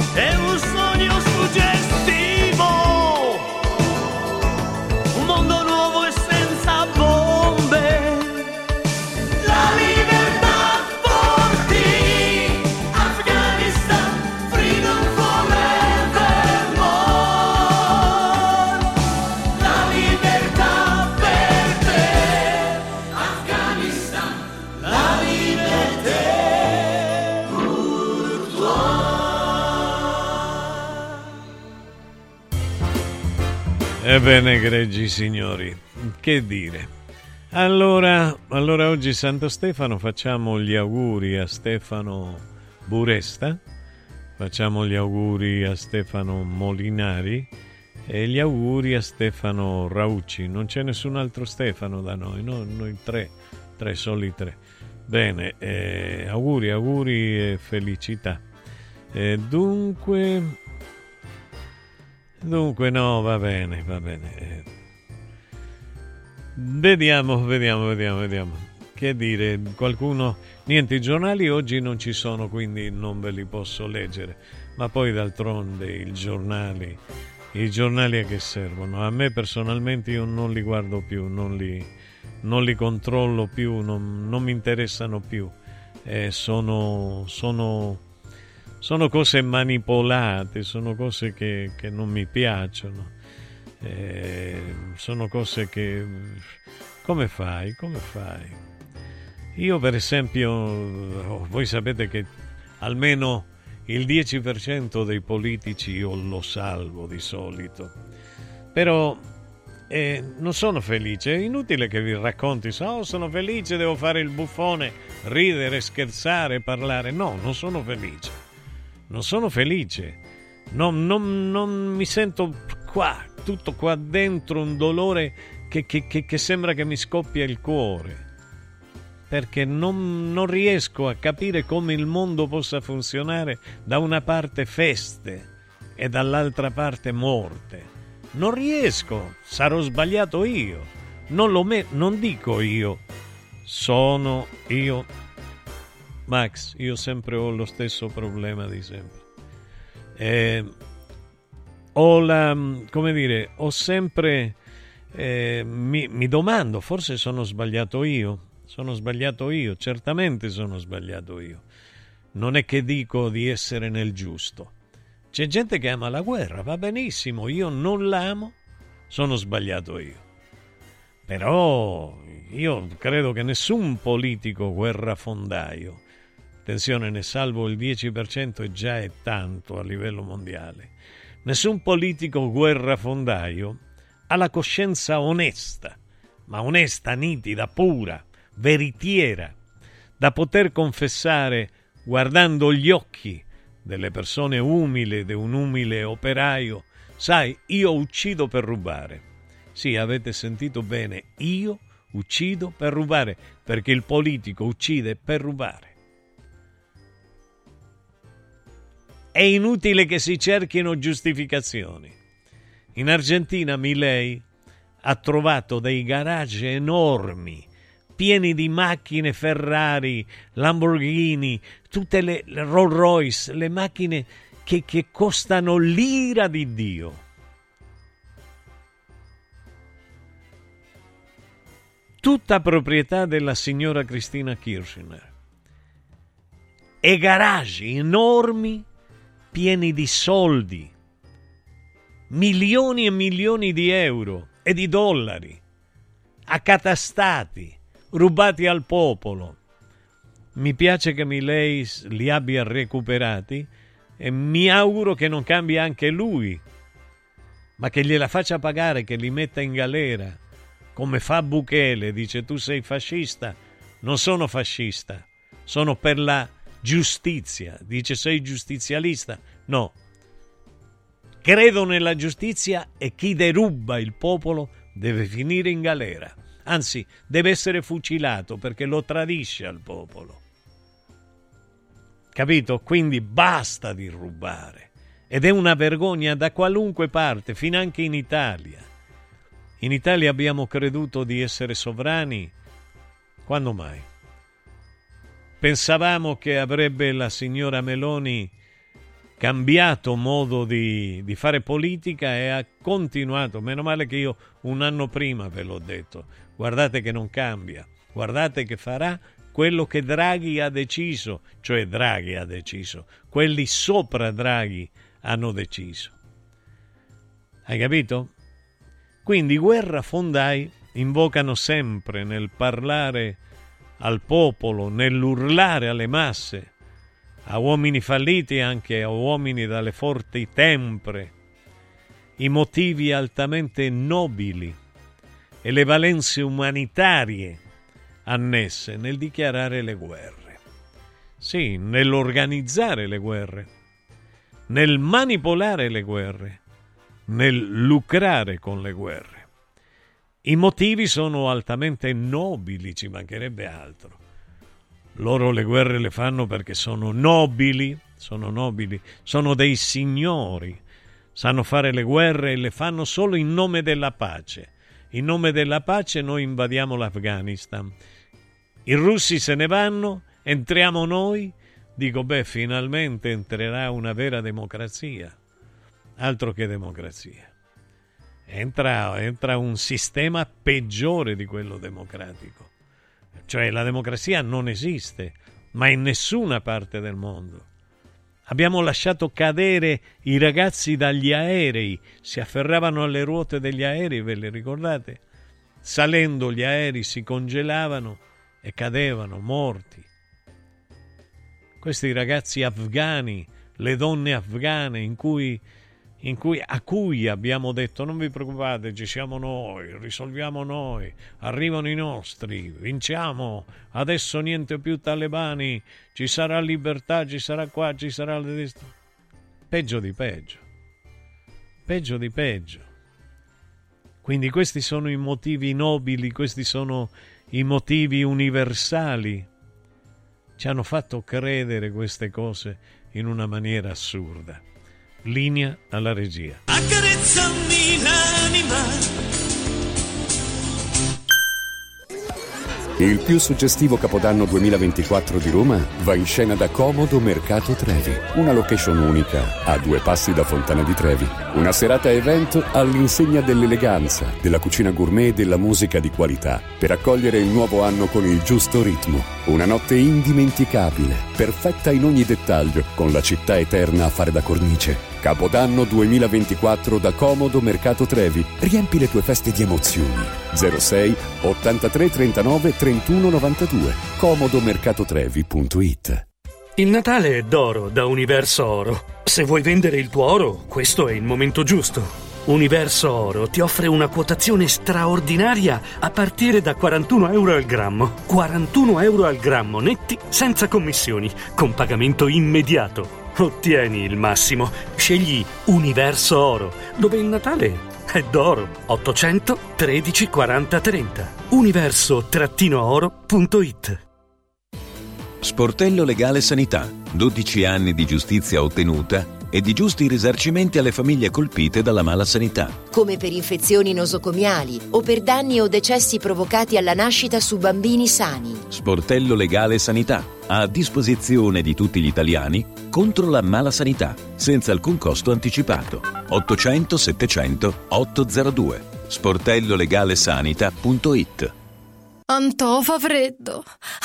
E: è un sogno suggestivo, un mondo nuovo e senza bombe, la libertà forti, Afghanistan, freedom forevermore, la libertà per te, Afghanistan, la libertà pour toi.
B: Ebbene, egregi signori, che dire? Allora oggi Santo Stefano, facciamo gli auguri a Stefano Buresta, facciamo gli auguri a Stefano Molinari e gli auguri a Stefano Raucci. Non c'è nessun altro Stefano da noi, no? Noi tre soli tre. Bene, auguri e felicità. Dunque no, va bene. Vediamo. Che dire, qualcuno... Niente, i giornali oggi non ci sono, quindi non ve li posso leggere. Ma poi d'altronde i giornali a che servono? A me personalmente io non li guardo più, non li controllo più, non mi interessano più. Sono cose manipolate, sono cose che non mi piacciono, sono cose che... Come fai? Io per esempio, voi sapete che almeno il 10% dei politici io lo salvo di solito, però non sono felice. È inutile che vi racconti, sono felice, devo fare il buffone, ridere, scherzare, parlare. No, non sono felice. Non mi sento tutto qua dentro un dolore che sembra che mi scoppia il cuore, perché non riesco a capire come il mondo possa funzionare da una parte feste e dall'altra parte morte. Non riesco, sarò sbagliato io, non dico io, sono io. Max, io sempre ho lo stesso problema di sempre. Ho sempre... mi domando, forse sono sbagliato io, certamente sono sbagliato io. Non è che dico di essere nel giusto. C'è gente che ama la guerra, va benissimo, io non l'amo, sono sbagliato io. Però io credo che nessun politico guerrafondaio, attenzione, ne salvo il 10% e già è tanto a livello mondiale, nessun politico guerrafondaio ha la coscienza onesta, ma onesta, nitida, pura, veritiera, da poter confessare guardando gli occhi delle persone umili, di un umile operaio: sai, io uccido per rubare. Sì, avete sentito bene, io uccido per rubare, perché il politico uccide per rubare. È inutile che si cerchino giustificazioni. In Argentina Milei ha trovato dei garage enormi, pieni di macchine Ferrari, Lamborghini, tutte le Rolls Royce, le macchine che costano l'ira di Dio. Tutta proprietà della signora Cristina Kirchner. E garage enormi pieni di soldi, milioni e milioni di euro e di dollari, accatastati, rubati al popolo. Mi piace che Milei li abbia recuperati e mi auguro che non cambi anche lui, ma che gliela faccia pagare, che li metta in galera, come fa Bukele. Dice: tu sei fascista. Non sono fascista, sono per la giustizia. Dice: sei giustizialista? No, credo nella giustizia e chi deruba il popolo deve finire in galera, anzi deve essere fucilato perché lo tradisce al popolo, capito? Quindi basta di rubare, ed è una vergogna da qualunque parte, finanche in Italia. In Italia abbiamo creduto di essere sovrani. Quando mai? Pensavamo che avrebbe la signora Meloni cambiato modo di fare politica e ha continuato. Meno male che io un anno prima ve l'ho detto. Guardate che non cambia, guardate che farà quello che Draghi ha deciso, cioè Draghi ha deciso, quelli sopra Draghi hanno deciso. Hai capito? Quindi guerrafondai invocano sempre nel parlare al popolo, nell'urlare alle masse, a uomini falliti e anche a uomini dalle forti tempre, i motivi altamente nobili e le valenze umanitarie annesse nel dichiarare le guerre. Sì, nell'organizzare le guerre, nel manipolare le guerre, nel lucrare con le guerre. I motivi sono altamente nobili, ci mancherebbe altro. Loro le guerre le fanno perché sono nobili, sono dei signori, sanno fare le guerre e le fanno solo in nome della pace. In nome della pace noi invadiamo l'Afghanistan. I russi se ne vanno, entriamo noi. Dico, finalmente entrerà una vera democrazia. Altro che democrazia. Entra un sistema peggiore di quello democratico. Cioè la democrazia non esiste, ma in nessuna parte del mondo. Abbiamo lasciato cadere i ragazzi dagli aerei, si afferravano alle ruote degli aerei, ve le ricordate? Salendo gli aerei si congelavano e cadevano morti. Questi ragazzi afghani, le donne afghane a cui abbiamo detto non vi preoccupate, ci siamo noi, risolviamo noi, arrivano i nostri, vinciamo, adesso niente più talebani, ci sarà libertà, ci sarà qua, ci sarà la destra. Peggio di peggio. Quindi questi sono i motivi nobili, questi sono i motivi universali. Ci hanno fatto credere queste cose in una maniera assurda. Linea alla regia.
H: Accarezzami l'anima.
N: Il più suggestivo Capodanno 2024 di Roma va in scena da Comodo Mercato Trevi, una location unica a 2 passi da Fontana di Trevi. Una serata evento all'insegna dell'eleganza, della cucina gourmet e della musica di qualità, per accogliere il nuovo anno con il giusto ritmo. Una notte indimenticabile, perfetta in ogni dettaglio, con la città eterna a fare da cornice. Capodanno 2024 da Comodo Mercato Trevi. Riempi le tue feste di emozioni. 06 83 39 31 92. comodomercatotrevi.it.
G: Il Natale è d'oro da Universo Oro. Se vuoi vendere il tuo oro, questo è il momento giusto. Universo Oro ti offre una quotazione straordinaria a partire da 41 euro al grammo. 41 euro al grammo netti, senza commissioni, con pagamento immediato. Ottieni il massimo. Scegli Universo Oro, dove il Natale è d'oro. 800 13 40 30. universo-oro.it.
O: Sportello Legale Sanità. 12 anni di giustizia ottenuta e di giusti risarcimenti alle famiglie colpite dalla malasanità.
P: Come per infezioni nosocomiali o per danni o decessi provocati alla nascita su bambini sani.
O: Sportello Legale Sanità, a disposizione di tutti gli italiani contro la malasanità, senza alcun costo anticipato. 800 700 802. sportellolegalesanita.it.
L: Antò fa freddo,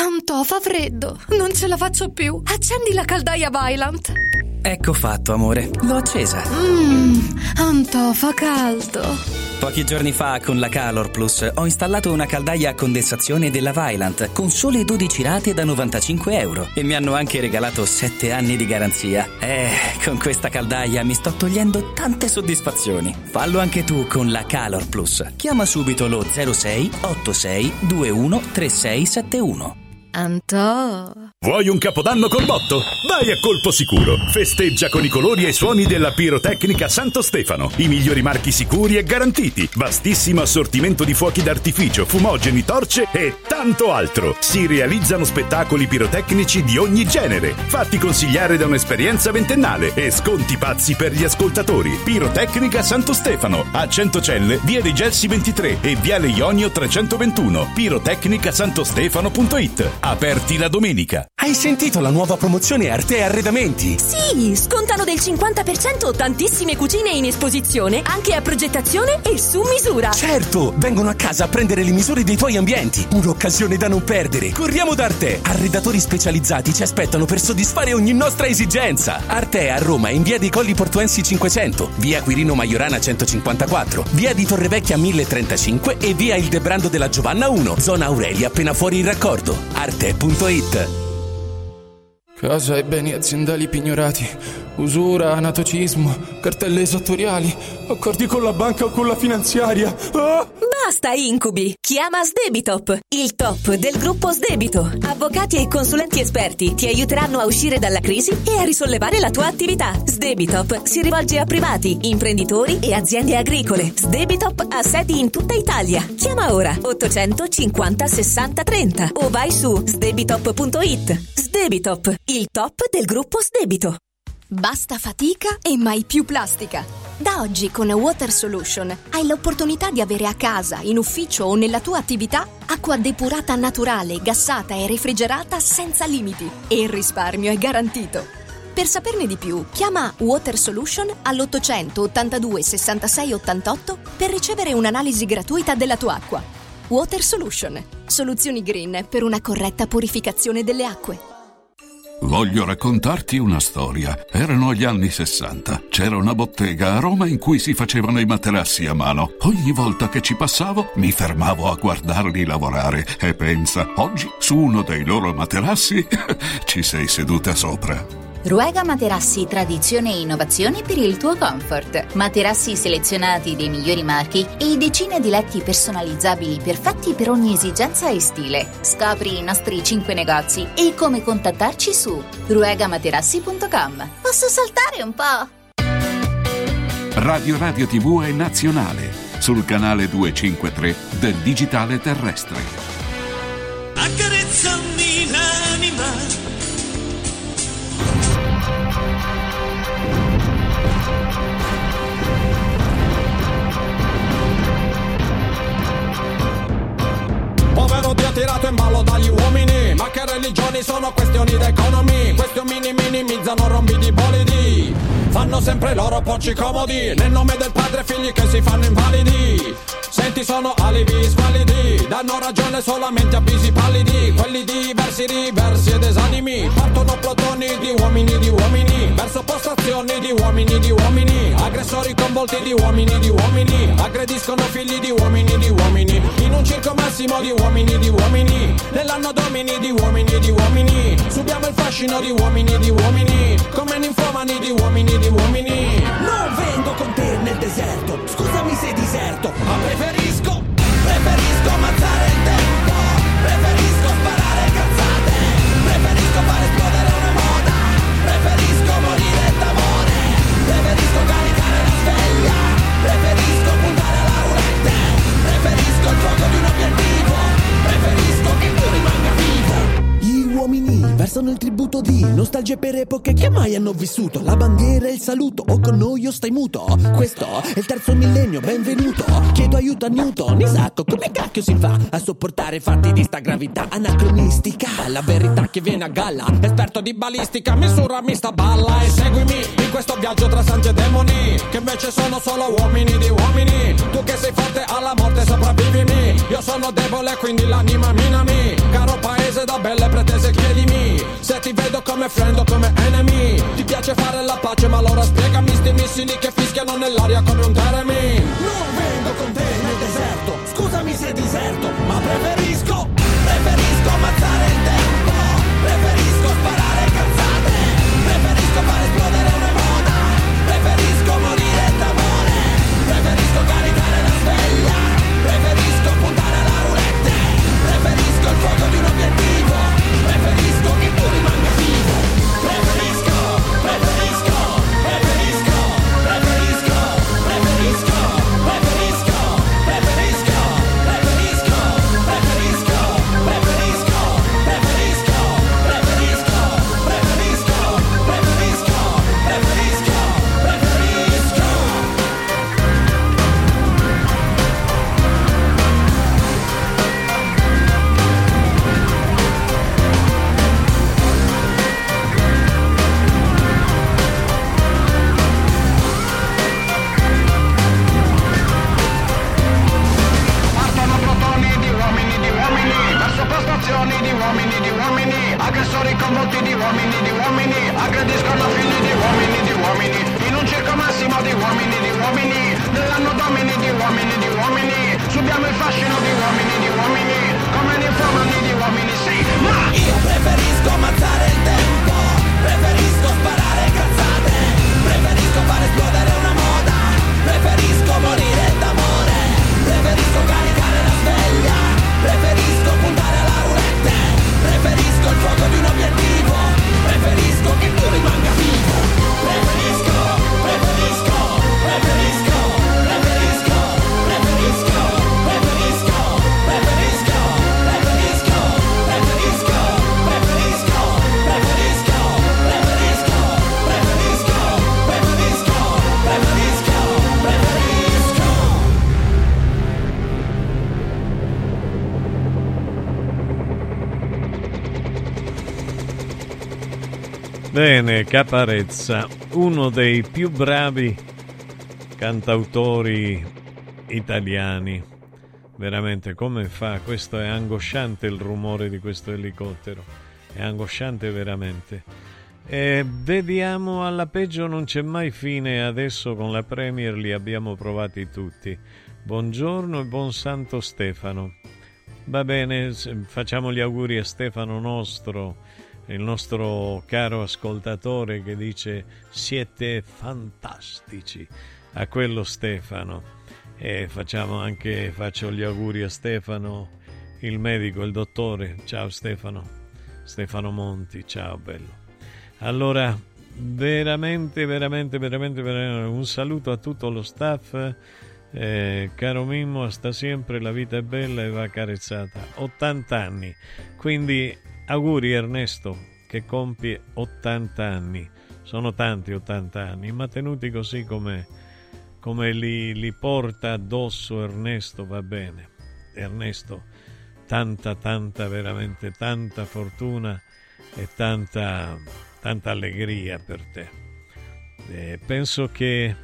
L: non ce la faccio più. Accendi la caldaia Vaillant.
M: Ecco fatto, amore, l'ho accesa.
L: Antò fa caldo.
M: Pochi giorni fa con la Calor Plus ho installato una caldaia a condensazione della Vaillant con sole 12 rate da 95 euro e mi hanno anche regalato 7 anni di garanzia. Con questa caldaia mi sto togliendo tante soddisfazioni. Fallo anche tu con la Calor Plus. Chiama subito lo 06 86 21 3671.
L: Antò.
S: Vuoi un capodanno col botto? Vai a Colpo Sicuro. Festeggia con i colori e i suoni della pirotecnica Santo Stefano. I migliori marchi sicuri e garantiti. Vastissimo assortimento di fuochi d'artificio, fumogeni, torce e tanto altro. Si realizzano spettacoli pirotecnici di ogni genere. Fatti consigliare da un'esperienza ventennale e sconti pazzi per gli ascoltatori. Pirotecnica Santo Stefano. A Centocelle, via dei Gelsi 23 e viale Ionio 321. pirotecnicasantostefano.it. Aperti la domenica.
M: Hai sentito la nuova promozione Arte Arredamenti?
L: Sì, scontano del 50% tantissime cucine in esposizione, anche a progettazione e su misura.
M: Certo, vengono a casa a prendere le misure dei tuoi ambienti. Un'occasione da non perdere. Corriamo da Arte. Arredatori specializzati ci aspettano per soddisfare ogni nostra esigenza. Arte a Roma in via dei Colli Portuensi 500, via Quirino Maiorana 154, via di Torrevecchia 1035 e via Ildebrando della Giovanna 1, zona Aurelia appena fuori il raccordo. Arte.it.
C: Casa e beni aziendali pignorati, usura, anatocismo, cartelle esattoriali, accordi con la banca o con la finanziaria. Ah!
L: Basta incubi! Chiama Sdebitop, il top del gruppo Sdebito. Avvocati e consulenti esperti ti aiuteranno a uscire dalla crisi e a risollevare la tua attività. Sdebitop si rivolge a privati, imprenditori e aziende agricole. Sdebitop ha sedi in tutta Italia. Chiama ora 850 60 30 o vai su sdebitop.it. Sdebitop, il top del gruppo Sdebito.
F: Basta fatica e mai più plastica. Da oggi con Water Solution hai l'opportunità di avere a casa, in ufficio o nella tua attività acqua depurata naturale, gassata e refrigerata senza limiti. E il risparmio è garantito. Per saperne di più, chiama Water Solution all'800 82 66 88 per ricevere un'analisi gratuita della tua acqua. Water Solution, soluzioni green per una corretta purificazione delle acque.
Q: Voglio raccontarti una storia. Erano gli anni 60. C'era una bottega a Roma in cui si facevano i materassi a mano. Ogni volta che ci passavo mi fermavo a guardarli lavorare e pensa, oggi su uno dei loro materassi ci sei seduta sopra.
R: Ruega Materassi, tradizione e innovazione per il tuo comfort. Materassi selezionati dei migliori marchi e decine di letti personalizzabili perfetti per ogni esigenza e stile. Scopri i nostri 5 negozi e come contattarci su ruegamaterassi.com. Posso saltare un po'?
Q: Radio TV è nazionale sul canale 253 del digitale terrestre.
H: Accarezzami l'anima.
T: Povero Dio tirato in ballo dagli uomini, ma che religioni sono questioni d'economia. Questi omini minimizzano rombi di bolidi, fanno sempre loro porci comodi, nel nome del padre figli che si fanno invalidi. Senti, sono alibi squallidi, danno ragione solamente a bisi pallidi, quelli diversi ed esanimi. Partono plotoni di uomini, verso postazioni di uomini, aggressori con volti di uomini, aggrediscono figli di uomini, in un circo massimo di uomini, nell'anno domini di uomini, subiamo il fascino di uomini, come ninfomani di uomini. Non vengo con te nel deserto, scusami se diserto, ma preferisco ammazzare il tempo, preferisco sparare cazzate, preferisco far esplodere una moda, preferisco morire d'amore, preferisco caricare la sveglia, preferisco puntare alla roulette, preferisco il fuoco di un obiettivo, preferisco che tu rimanga vivo. Gli uomini versano il tributo di nostalgie per epoche che mai hanno vissuto, la bandiera e il saluto, o con noi o stai muto. Questo è il terzo millennio, benvenuto. Chiedo aiuto a Newton, Isacco, come cacchio si fa a sopportare fatti di sta gravità anacronistica? La verità che viene a galla, esperto di balistica, misurami sta balla e seguimi in questo viaggio tra santi e demoni, che invece sono solo uomini di uomini. Tu che sei forte alla morte sopravvivimi, io sono debole quindi l'anima minami. Caro paese da belle pretese chiedimi, se ti vedo come friend o come enemy. Ti piace fare la pace ma allora spiegami sti missili che fischiano nell'aria come un Jeremy. Non vengo con te nel deserto, scusami se diserto, ma preferisco ammazzare il tempo, preferisco sparare cazzate, preferisco far esplodere una moda, preferisco morire d'amore, preferisco caricare la sveglia, preferisco puntare alla roulette, preferisco il fuoco di un obiettivo, preferisco che tu rimanga vivo, preferisco
B: Bene, Caparezza, uno dei più bravi cantautori italiani. Veramente, come fa? Questo è angosciante, il rumore di questo elicottero. È angosciante veramente. E vediamo, alla peggio non c'è mai fine. Adesso con la Premier li abbiamo provati tutti. Buongiorno e buon Santo Stefano. Va bene, facciamo gli auguri a Stefano nostro, il nostro caro ascoltatore che dice siete fantastici, a quello Stefano. E faccio gli auguri a Stefano, il medico, il dottore. Ciao Stefano Monti, ciao bello. Allora, veramente un saluto a tutto lo staff. Caro Mimmo, sta sempre, la vita è bella e va accarezzata. 80 anni, quindi auguri Ernesto che compie 80 anni. Sono tanti 80 anni, ma tenuti così come li porta addosso Ernesto, va bene. Ernesto, tanta veramente tanta fortuna e tanta allegria per te. Penso che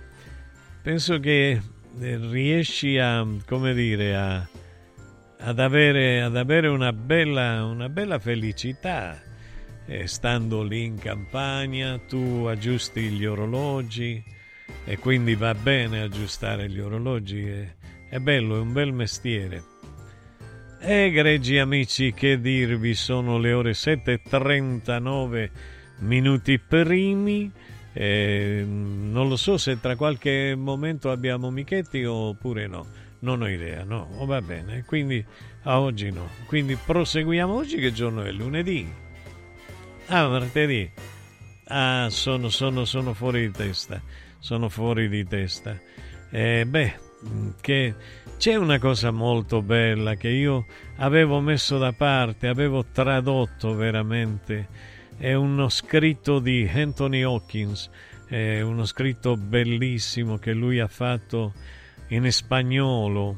B: riesci ad avere una bella felicità stando lì in campagna. Tu aggiusti gli orologi e quindi va bene aggiustare gli orologi, è bello, è un bel mestiere. Egregi amici, che dirvi, sono le ore 7:39 minuti primi. Non lo so se tra qualche momento abbiamo Michetti oppure no, non ho idea, no, va bene, quindi oggi no, quindi proseguiamo. Oggi che giorno è? Lunedì? Martedì. Sono fuori di testa, che c'è una cosa molto bella che io avevo messo da parte, avevo tradotto veramente. È uno scritto di Anthony Hopkins, è uno scritto bellissimo che lui ha fatto in spagnolo.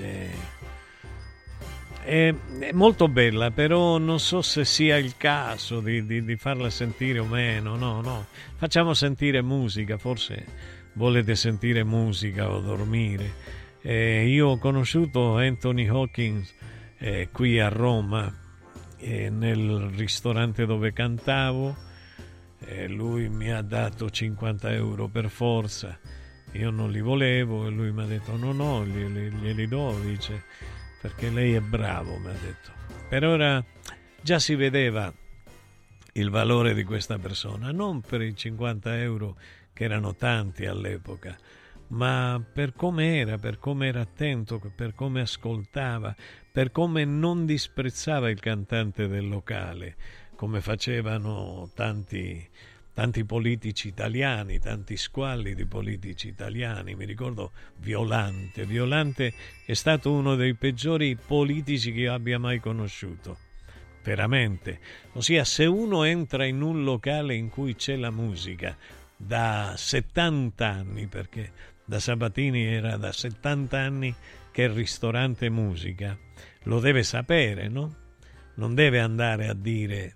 B: È molto bella, però non so se sia il caso di farla sentire o meno. No, facciamo sentire musica, forse volete sentire musica o dormire. Io ho conosciuto Anthony Hopkins qui a Roma, nel ristorante dove cantavo, lui mi ha dato 50 euro per forza. Io non li volevo e lui mi ha detto no, glieli do, dice, perché lei è bravo, mi ha detto. Per ora già si vedeva il valore di questa persona, non per i 50 euro che erano tanti all'epoca, ma per come era attento, per come ascoltava, per come non disprezzava il cantante del locale, come facevano tanti politici italiani, tanti squalli di politici italiani. Mi ricordo Violante è stato uno dei peggiori politici che io abbia mai conosciuto, veramente. Ossia, se uno entra in un locale in cui c'è la musica da 70 anni, perché da Sabatini era da 70 anni che il ristorante musica, lo deve sapere, no? Non deve andare a dire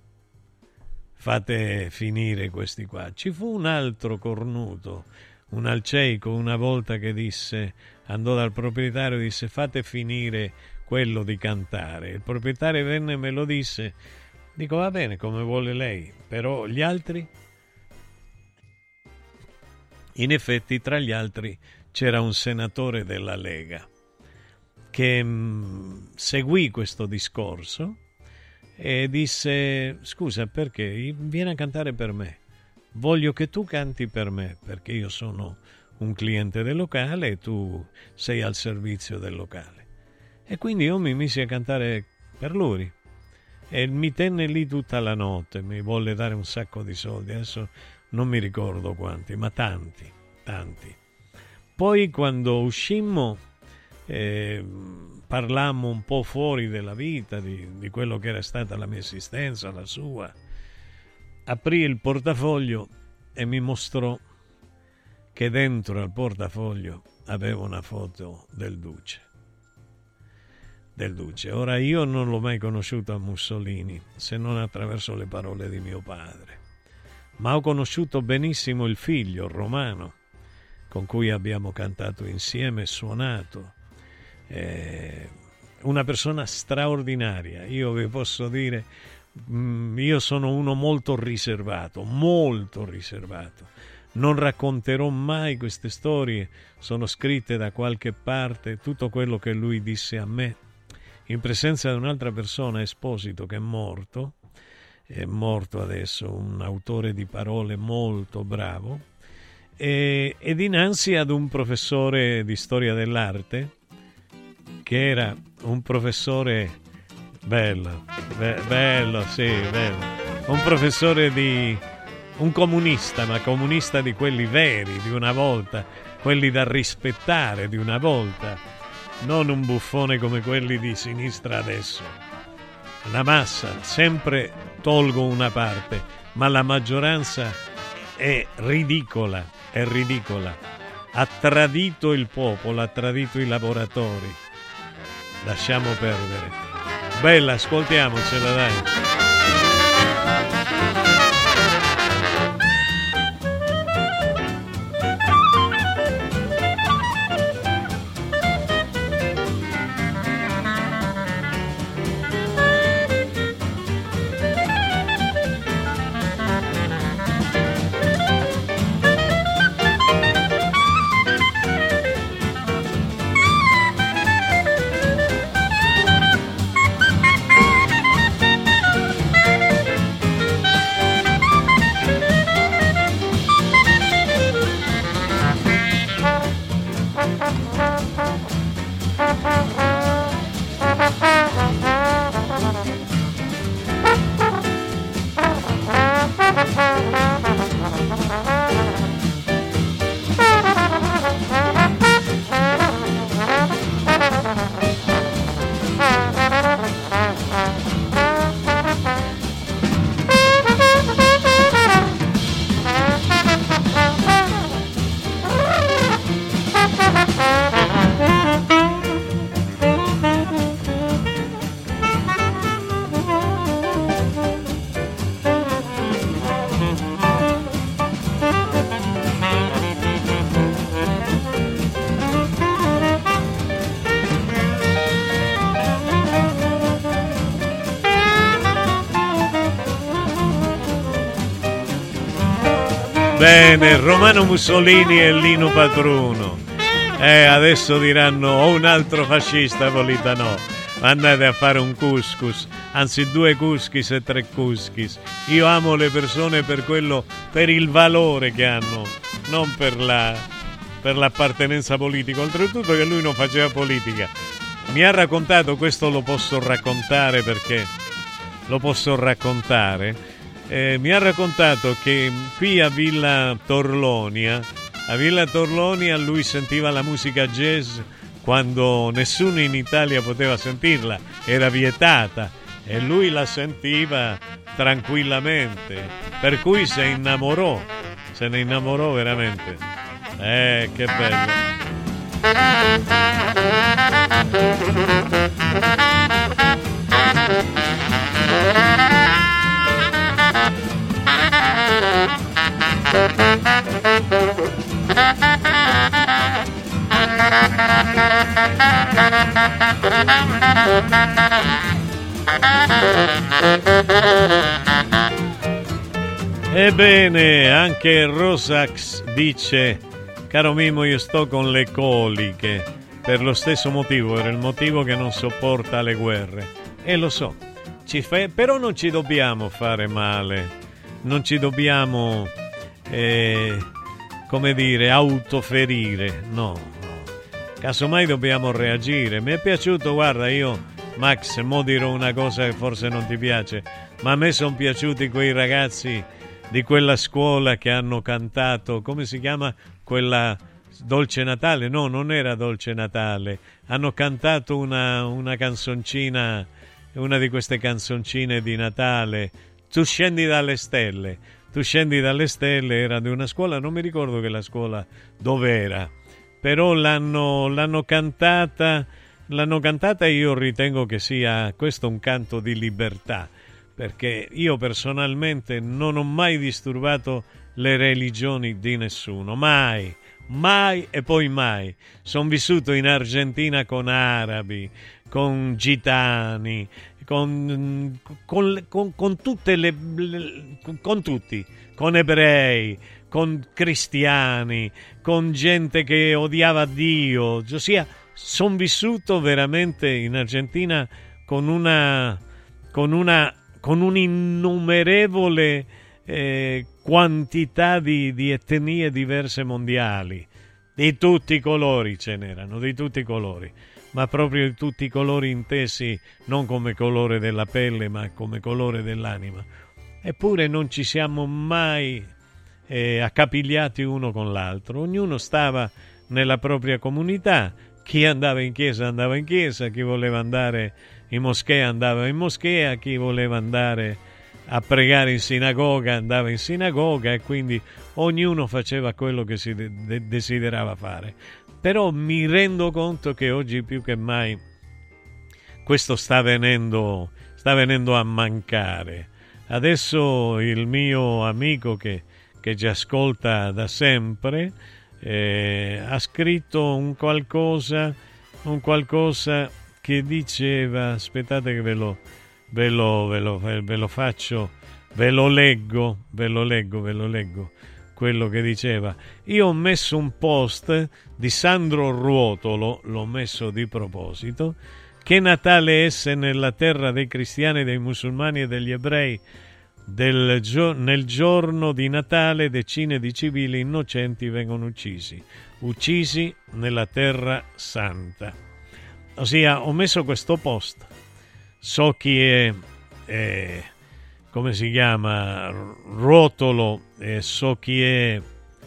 B: fate finire questi qua. Ci fu un altro cornuto, un alceico, una volta che andò dal proprietario e disse fate finire quello di cantare. Il proprietario venne e me lo disse, dico va bene come vuole lei, però gli altri? In effetti tra gli altri c'era un senatore della Lega che seguì questo discorso e disse scusa, perché vieni a cantare per me, voglio che tu canti per me, perché io sono un cliente del locale e tu sei al servizio del locale. E quindi io mi misi a cantare per lui e mi tenne lì tutta la notte, mi volle dare un sacco di soldi, adesso non mi ricordo quanti, ma tanti. Poi quando uscimmo parlammo un po' fuori della vita, di quello che era stata la mia esistenza, la sua. Aprì il portafoglio e mi mostrò che dentro al portafoglio aveva una foto del Duce. Ora io non l'ho mai conosciuto a Mussolini, se non attraverso le parole di mio padre. ma ho conosciuto benissimo il figlio, Romano, con cui abbiamo cantato insieme e suonato. Una persona straordinaria. Io vi posso dire, io sono uno molto riservato. Non racconterò mai queste storie, sono scritte da qualche parte. Tutto quello che lui disse a me in presenza di un'altra persona, Esposito, che è morto adesso, un autore di parole molto bravo, e dinanzi ad un professore di storia dell'arte, che era un professore bello, un professore un comunista, ma comunista di quelli veri, di una volta, quelli da rispettare di una volta, non un buffone come quelli di sinistra adesso. La massa, sempre tolgo una parte, ma la maggioranza è ridicola, ha tradito il popolo, ha tradito i lavoratori. Lasciamo perdere. Bella, ascoltiamocela, dai. Bene, Romano Mussolini e Lino Patruno. Adesso diranno ho un altro fascista, Politano. Andate a fare un couscous, anzi 2 couscous e 3 couscous. Io amo le persone per il valore che hanno, non per l'appartenenza politica. Oltretutto che lui non faceva politica. Mi ha raccontato, questo lo posso raccontare perché lo posso raccontare. Mi ha raccontato che qui a Villa Torlonia lui sentiva la musica jazz quando nessuno in Italia poteva sentirla, era vietata, e lui la sentiva tranquillamente, per cui se ne innamorò veramente. Che bello. Ebbene, anche Rosax dice: caro Mimo, io sto con le coliche per lo stesso motivo, era il motivo che non sopporta le guerre, e lo so, però non ci dobbiamo fare male, non ci dobbiamo autoferire, no, casomai dobbiamo reagire. Mi è piaciuto, guarda, io, Max, mo dirò una cosa che forse non ti piace, ma a me sono piaciuti quei ragazzi di quella scuola che hanno cantato, come si chiama quella, Dolce Natale? No, non era Dolce Natale, hanno cantato una canzoncina, una di queste canzoncine di Natale, Tu scendi dalle stelle, era di una scuola, non mi ricordo che la scuola dove era, però l'hanno cantata, e io ritengo che sia questo un canto di libertà, perché io personalmente non ho mai disturbato le religioni di nessuno, mai e poi mai. Sono vissuto in Argentina con arabi, con gitani, con tutti, con ebrei, con cristiani, con gente che odiava Dio. Ossia, sono vissuto veramente in Argentina con un'innumerevole quantità di etnie diverse mondiali, di tutti i colori ce n'erano, di tutti i colori, ma proprio di tutti i colori intesi non come colore della pelle, ma come colore dell'anima. Eppure non ci siamo mai accapigliati uno con l'altro, ognuno stava nella propria comunità. Chi andava in chiesa, chi voleva andare in moschea andava in moschea, chi voleva andare a pregare in sinagoga andava in sinagoga, e quindi ognuno faceva quello che si desiderava fare. Però mi rendo conto che oggi più che mai questo sta venendo a mancare. Adesso il mio amico che ci ascolta da sempre ha scritto un qualcosa che diceva, aspettate che ve lo faccio, ve lo leggo quello che diceva. Io ho messo un post di Sandro Ruotolo, l'ho messo di proposito: che Natale esse nella terra dei cristiani, dei musulmani e degli ebrei. Nel giorno di Natale decine di civili innocenti vengono uccisi nella terra santa. Ossia, ho messo questo post, so chi è come si chiama, Ruotolo, so chi è,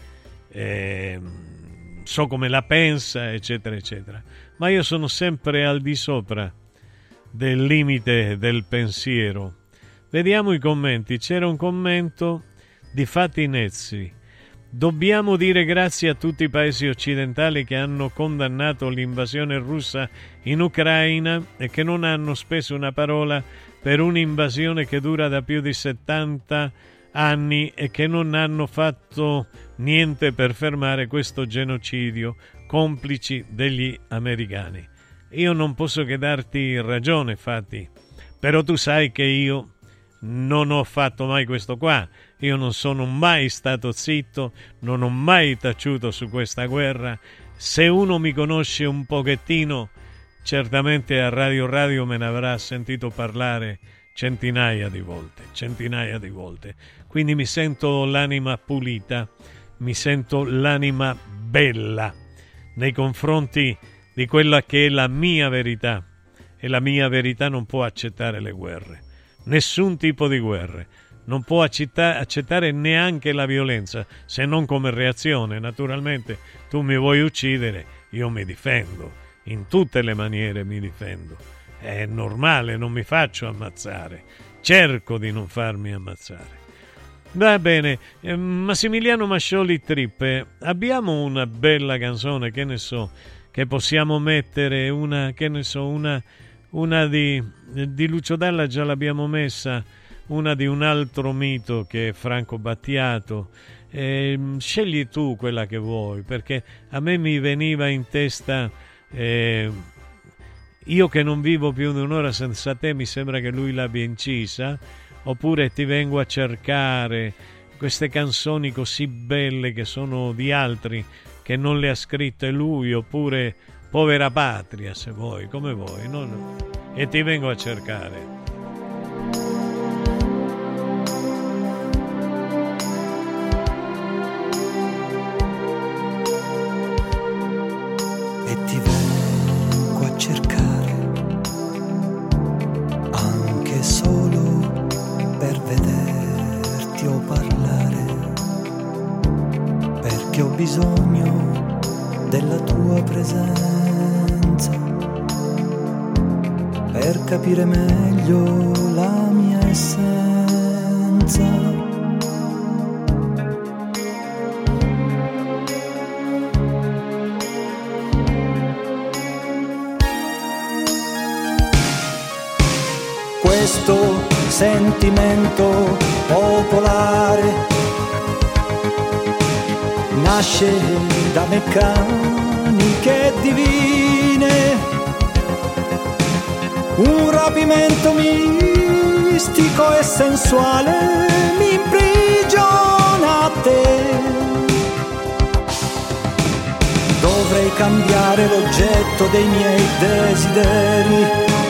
B: so come la pensa, eccetera eccetera, ma io sono sempre al di sopra del limite del pensiero. Vediamo i commenti. C'era un commento di Fati Nezzi: dobbiamo dire grazie a tutti i paesi occidentali che hanno condannato l'invasione russa in Ucraina e che non hanno speso una parola per un'invasione che dura da più di 70 anni e che non hanno fatto niente per fermare questo genocidio, complici degli americani. Io non posso che darti ragione, Fati, però tu sai che io non ho fatto mai questo qua. Io non sono mai stato zitto, non ho mai taciuto su questa guerra. Se uno mi conosce un pochettino, certamente a Radio me ne avrà sentito parlare centinaia di volte. Quindi mi sento l'anima pulita, mi sento l'anima bella nei confronti di quella che è la mia verità, e la mia verità non può accettare le guerre. Nessun tipo di guerre, non può accettare neanche la violenza, se non come reazione. Naturalmente tu mi vuoi uccidere, io mi difendo, in tutte le maniere mi difendo, è normale, non mi faccio ammazzare, cerco di non farmi ammazzare. Va bene, Massimiliano Mascioli Trippe, abbiamo una bella canzone, che ne so, che possiamo mettere, una di Lucio Dalla già l'abbiamo messa, una di un altro mito che è Franco Battiato. Scegli tu quella che vuoi, perché a me mi veniva in testa Io che non vivo più di un'ora senza te, mi sembra che lui l'abbia incisa, oppure Ti vengo a cercare, queste canzoni così belle che sono di altri, che non le ha scritte lui, oppure Povera Patria, se vuoi, come vuoi, no? E Ti vengo a cercare.
D: E ti vengo a cercare, anche solo per vederti o parlare, perché ho bisogno della tua presenza, per capire meglio la mia essenza. Questo sentimento popolare. Nasce da meccaniche divine, un rapimento mistico e sensuale mi imprigiona a te. Dovrei cambiare l'oggetto dei miei desideri,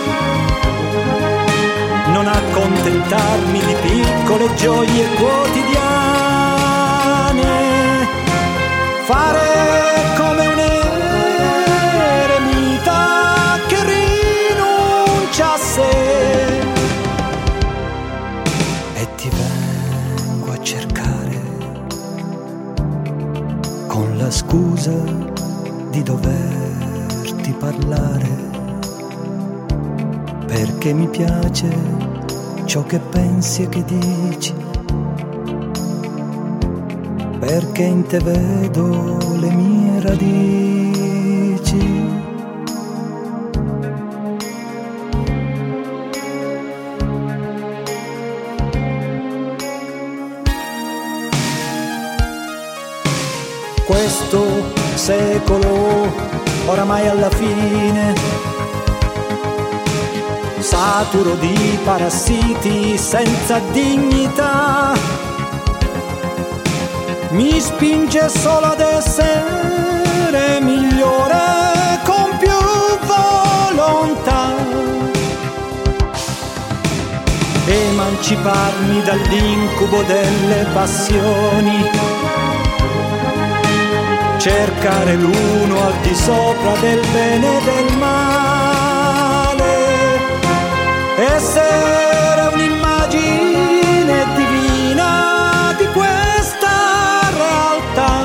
D: non accontentarmi di piccole gioie quotidiane, fare come un eremita che rinuncia a sé. E ti vengo a cercare con la scusa di doverti parlare, perché mi piace ciò che pensi e che dici, perché in te vedo le mie radici. Questo secolo oramai alla fine, saturo di parassiti senza dignità, mi spinge solo ad essere migliore con più volontà, emanciparmi dall'incubo delle passioni, cercare l'uno al di sopra del bene e del male, essere un'immagine divina di questa realtà.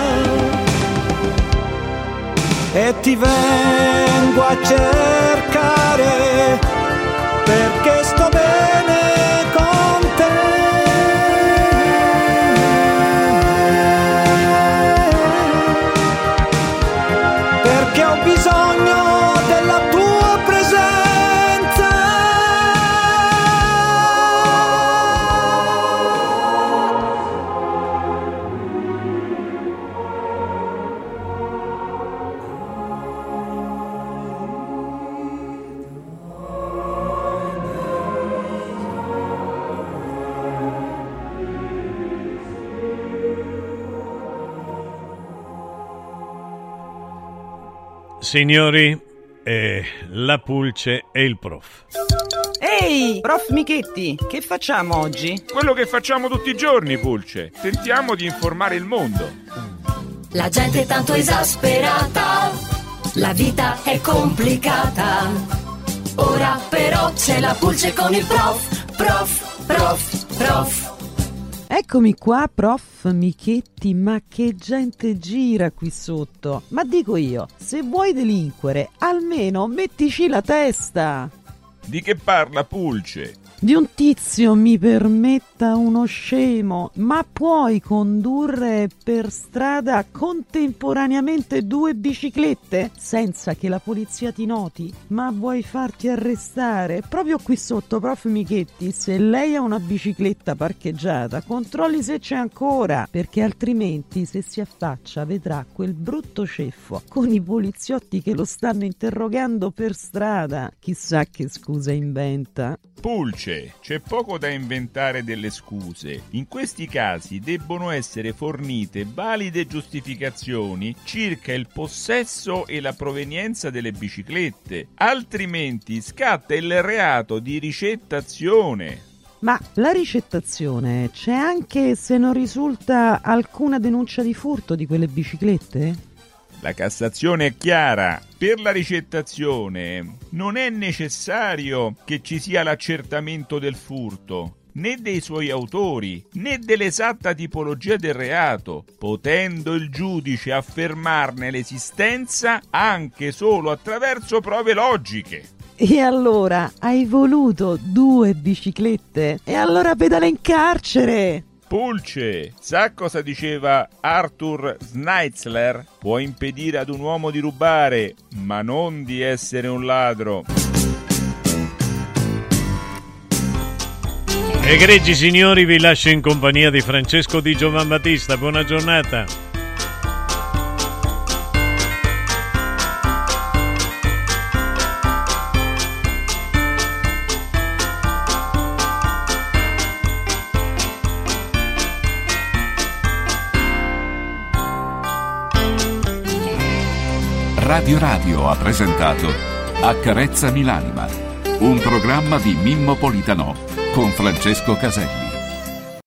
D: E ti vengo a cercare perché sto bene con te. Perché ho bisogno della tua presenza.
B: Signori, la Pulce e il prof.
K: Ehi, prof Michetti, che facciamo oggi?
U: Quello che facciamo tutti i giorni, Pulce. Tentiamo di informare il mondo.
V: La gente è tanto esasperata, la vita è complicata. Ora però c'è la Pulce con il prof.
K: Eccomi qua, prof Michetti, ma che gente gira qui sotto. Ma dico io, se vuoi delinquere, almeno mettici la testa.
U: Di che parla, Pulce?
K: Di un tizio, mi permetta uno scemo, ma puoi condurre per strada contemporaneamente 2 biciclette senza che la polizia ti noti? Ma vuoi farti arrestare? Proprio qui sotto, prof Michetti, se lei ha una bicicletta parcheggiata, controlli se c'è ancora, perché altrimenti se si affaccia vedrà quel brutto ceffo con i poliziotti che lo stanno interrogando per strada. Chissà che scusa inventa.
U: Pulce, c'è poco da inventare delle scuse. In questi casi debbono essere fornite valide giustificazioni circa il possesso e la provenienza delle biciclette, altrimenti scatta il reato di ricettazione.
K: Ma la ricettazione c'è anche se non risulta alcuna denuncia di furto di quelle biciclette?
U: La Cassazione è chiara. Per la ricettazione non è necessario che ci sia l'accertamento del furto, né dei suoi autori, né dell'esatta tipologia del reato, potendo il giudice affermarne l'esistenza anche solo attraverso prove logiche.
K: E allora hai voluto 2 biciclette? E allora pedala in carcere!
U: Pulce, sa cosa diceva Arthur Schnitzler? Può impedire ad un uomo di rubare, ma non di essere un ladro.
B: Egregi signori, vi lascio in compagnia di Francesco Di Giovanbattista. Buona giornata.
Q: Radio Radio ha presentato Accarezzami l'anima, un programma di Mimmo Politano con Francesco Caselli.